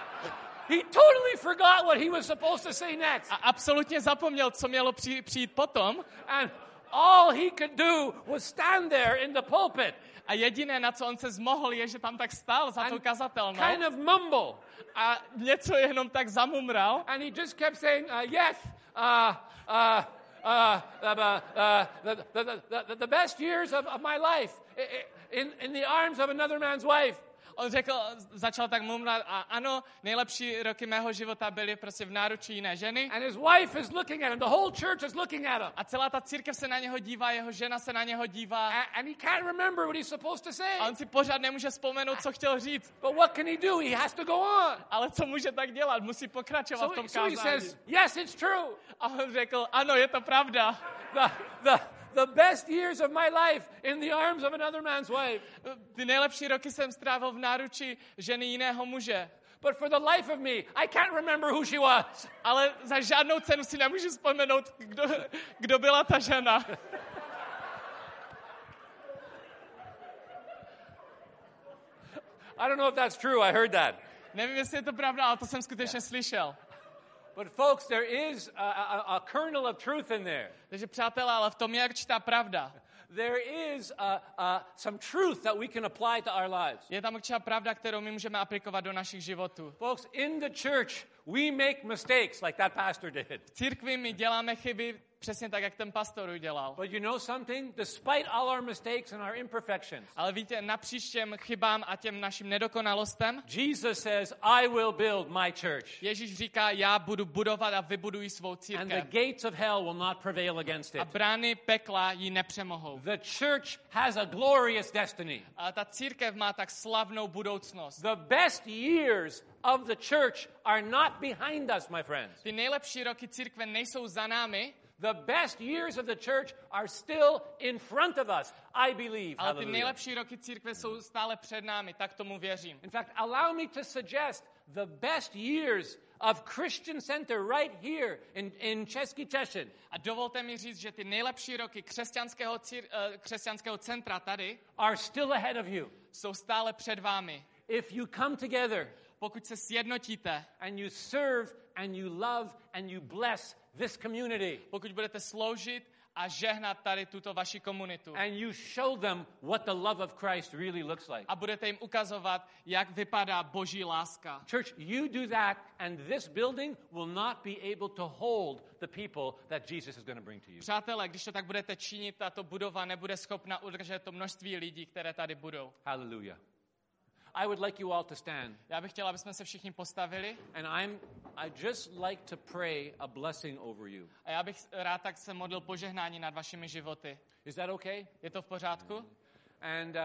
He totally forgot what he was supposed to say next. a absolutně zapomněl, co mělo přijít potom. And all he could do was stand there in the pulpit A jediné, na co on se zmohl, je, že tam tak stál za tou and kazatelnou kind of mumble. a něco jenom tak zamumral. And he just kept saying, yes, the best years of my life in the arms of another man's wife. On začal tak mumlat a ano, nejlepší roky mého života byly prostě v náručí jiné ženy. And his wife is looking at him. The whole church is looking at him. A celá ta církev se na něho dívá, jeho žena se na něho dívá. And he can't remember what he's supposed to say. A on si pořád nemůže vzpomenout, co chtěl říct. But what can he do? He has to go on. Ale co může tak dělat? Musí pokračovat v tom So he kázání. says, yes, it's true. A on řekl, ano, je to pravda. The best years of my life in the arms of another man's wife. Ty nejlepší roky jsem strávil v náručí ženy jiného muže. But for the life of me, I can't remember who she was. Ale za žádnou cenu si nemůžu vzpomenout, kdo byla ta žena. I don't know if that's true. I heard that. Nevím, jestli je to pravda, ale to jsem skutečně slyšel. But folks, there is a kernel of truth in there. Takže přátelé, ale v tom je určitá pravda. There is some truth that we can apply to our lives. Je tam určitá pravda, kterou my můžeme aplikovat do našich životů. Folks, in the church, we make mistakes like that pastor did. V církvi my děláme chyby přesně tak, jak ten pastor udělal. But you know something? Despite all our mistakes and our imperfections, Ale víte, napříč těm chybám a těm našim nedokonalostem, Jesus says, I will build my church. Ježíš říká, já budu budovat a vybuduji svou And the církev. gates of hell will not prevail against A it. brány pekla ji nepřemohou. The church has a glorious destiny. A ta církev má tak slavnou budoucnost. The best years of the church are not behind us, my friends. Ty nejlepší roky církve nejsou za námi, The best years of the church are still in front of us, I believe. ale ty Hallelujah. nejlepší roky církve jsou stále před námi, tak tomu věřím. In fact, allow me to suggest the best years of Christian Center right here in Český Těšin A dovolte mi říct, že ty nejlepší roky křesťanského centra tady are still ahead of you. jsou stále před vámi. If you come together Pokud se sjednotíte, and you serve and you love and you bless this community pokud budete sloužit a žehnat tady tuto vaši komunitu and you show them what the love of Christ really looks like. a budete jim ukazovat, jak vypadá Boží láska. Church, you do that and this building will not be able to hold the people that Jesus is going to bring to you. Přátelé, když to tak budete činit, tato budova nebude schopna udržet to množství lidí, které tady budou. Hallelujah. I would like you all to stand. Já bych chtěl, aby jsme se všichni postavili And I just like to pray a blessing over you. a já bych rád tak se modlil požehnání nad vašimi životy. Is that okay? Je to v pořádku? And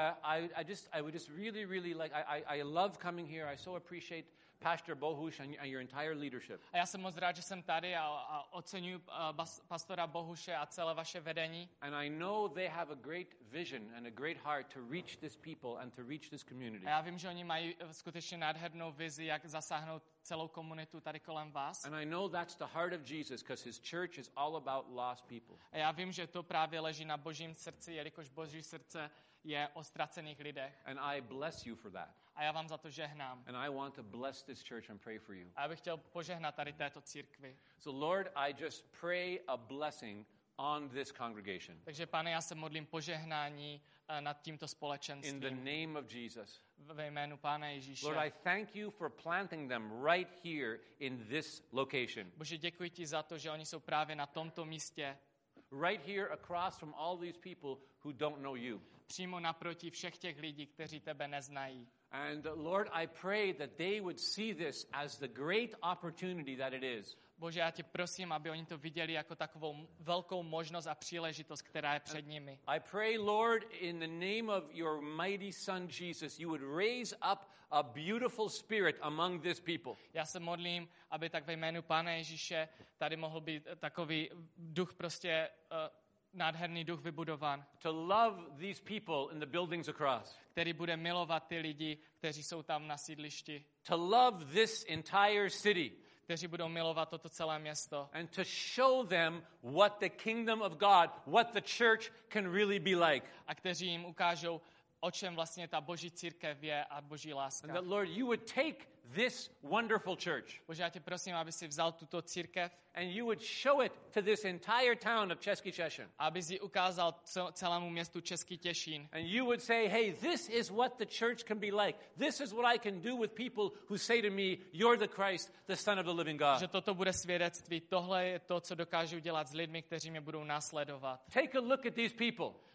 I would just really like, I love coming here. I so appreciate Pastor Bohuš and your entire leadership. A já jsem moc rád, že jsem tady a oceňuji pastora Bohuše a celé vaše vedení. And I know they have a great vision and a great heart to reach this people and to reach this community. A já vím, že oni mají skutečně nádhernou vizi, jak zasáhnout celou komunitu tady kolem vás. And I know that's the heart of Jesus because his church is all about lost people. A já vím, že to právě leží na Božím srdci, jelikož Boží srdce je o ztracených lidech. And I bless you for that. A já vám za to žehnám. And I want to bless this church and pray for you. A já bych chtěl požehnat tady této církvi. So Lord, I just pray a blessing on this congregation. Takže, Pane, já se modlím požehnání nad tímto In the společenstvím. name of Jesus. Ve jménu Pána Ježíše. Lord, I thank you for planting them right here in this location. Bože, děkuji ti za to, že oni jsou právě na tomto místě, Right here across from all these people who don't know you. přímo naproti všech těch lidí, kteří tebe neznají. And Lord, I pray that they would see this as the great opportunity that it is. Bože, já tě prosím, aby oni to viděli jako takovou velkou možnost a příležitost, která je před nimi. I pray, Lord, in the name of your mighty Son Jesus, you would raise up a beautiful spirit among this people. Já se modlím, aby tak ve jménu Pána Ježíše tady mohl být takový duch prostě nádherný duch vybudován, To love these people in the buildings across. který bude milovat ty lidi, kteří jsou tam na sídlišti, To love this entire city. kteří budou milovat toto celé město And to show them what the kingdom of God, what the church can really be like. a kteří jim ukážou, o čem vlastně ta Boží církev je a Boží And láska. that, Lord, you would take this wonderful church Bože, já tě prosím, aby si vzal tuto církev and you would show it to this entire town of Český Těšin. a aby ji ukázal celému městu Český Těšín. And you would say, hey, this is what the church can be like. This is what I can do with people who say to me, you're the Christ, the Son of the living God. Že toto bude svědectví. Tohle je to, co dokážu dělat s lidmi, kteří mě budou následovat. Take a look at these people.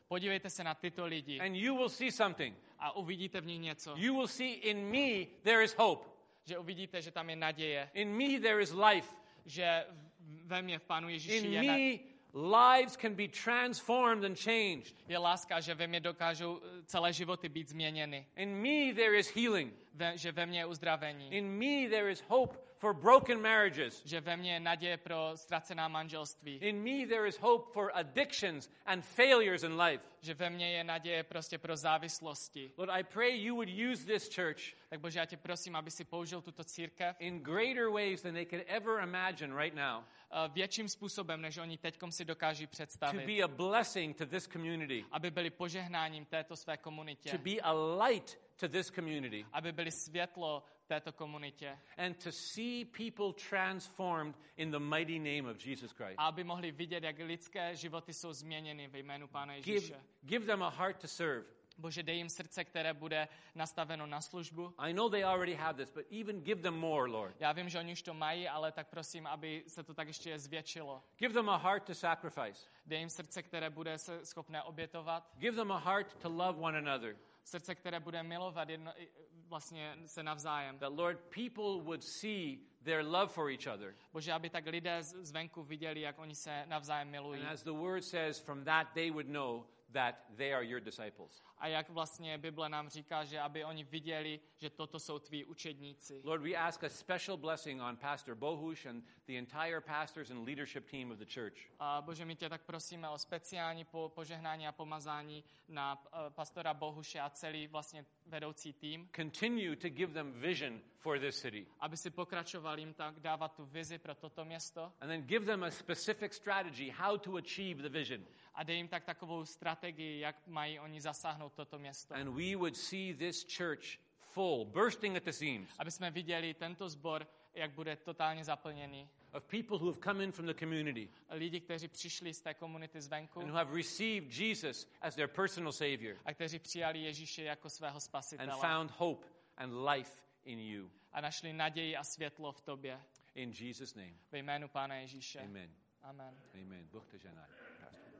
Podívejte se na tyto lidi and you will see something. a uvidíte v nich něco. You will see in me there is hope. Že uvidíte, že tam je naděje. In me there is life. Že ve mně, v Pánu Ježíši In je, me lives can be transformed and changed. je láska, že ve mně dokážou celé životy být změněny. In me there is healing. Že ve mně je uzdravení. In me there is hope for broken marriages. Že ve mně je naděje pro ztracená manželství. In me there is hope for addictions and failures in life. Že ve mně je naděje prostě pro závislosti. Lord, I pray you would use this church Tak Bože, já tě prosím, aby si použil tuto církev in greater ways than they could ever imagine right now. Větším způsobem, než oni teďkom si dokáží To představit. be a blessing to this community. Aby byli požehnáním této své komunitě. To be a light to this community. Aby byli světlo této komunitě. And to see people transformed in the mighty name of Jesus Christ. A aby mohli vidět, jak lidské životy jsou změněny ve jménu Pána Ježíše. Give them a heart to serve. Bože, dej jim srdce, které bude nastaveno na službu. I know they already have this, but even give them more, Lord. Já vím, že oni už to mají, ale tak prosím, aby se to tak ještě zvětšilo. Give them a heart to sacrifice. Dej jim srdce, které bude se schopné obětovat. Give them a heart to love one another. Srdce, které bude milovat vlastně se navzájem. That, Lord, people would see their love for each other. Bože, aby tak lidé zvenku viděli, jak oni se navzájem milují. And as the word says, from that they would know that they are your disciples. A jak vlastně Bible nám říká, že aby oni viděli, že toto jsou tví učedníci. Lord, we ask a special blessing on Pastor Bohush and the entire pastors and leadership team of the church. A Bože, my tě tak prosíme o speciální požehnání a pomazání na pastora Bohuše a celý vlastně vedoucí tým. Continue to give them vision for this city. Aby si pokračoval jim tak dávat tu vizi pro toto město. And then give them a specific strategy how to achieve the vision. A dej jim tak takovou strategii, jak mají oni zasáhnout toto město. And we would see this church full, bursting at the seams. Aby jsme viděli tento sbor, jak bude totálně zaplněný. Of people who have come in from the community. Lidi, kteří přišli z té komunity zvenku. And who have received Jesus as their personal savior. A kteří přijali Ježíše jako svého spasitele. And found hope and life in you. A našli naději a světlo v tobě. In Jesus' name. Ve jménu Pána Ježíše. Amen. Amen. Amen. Bůh te žehnaj.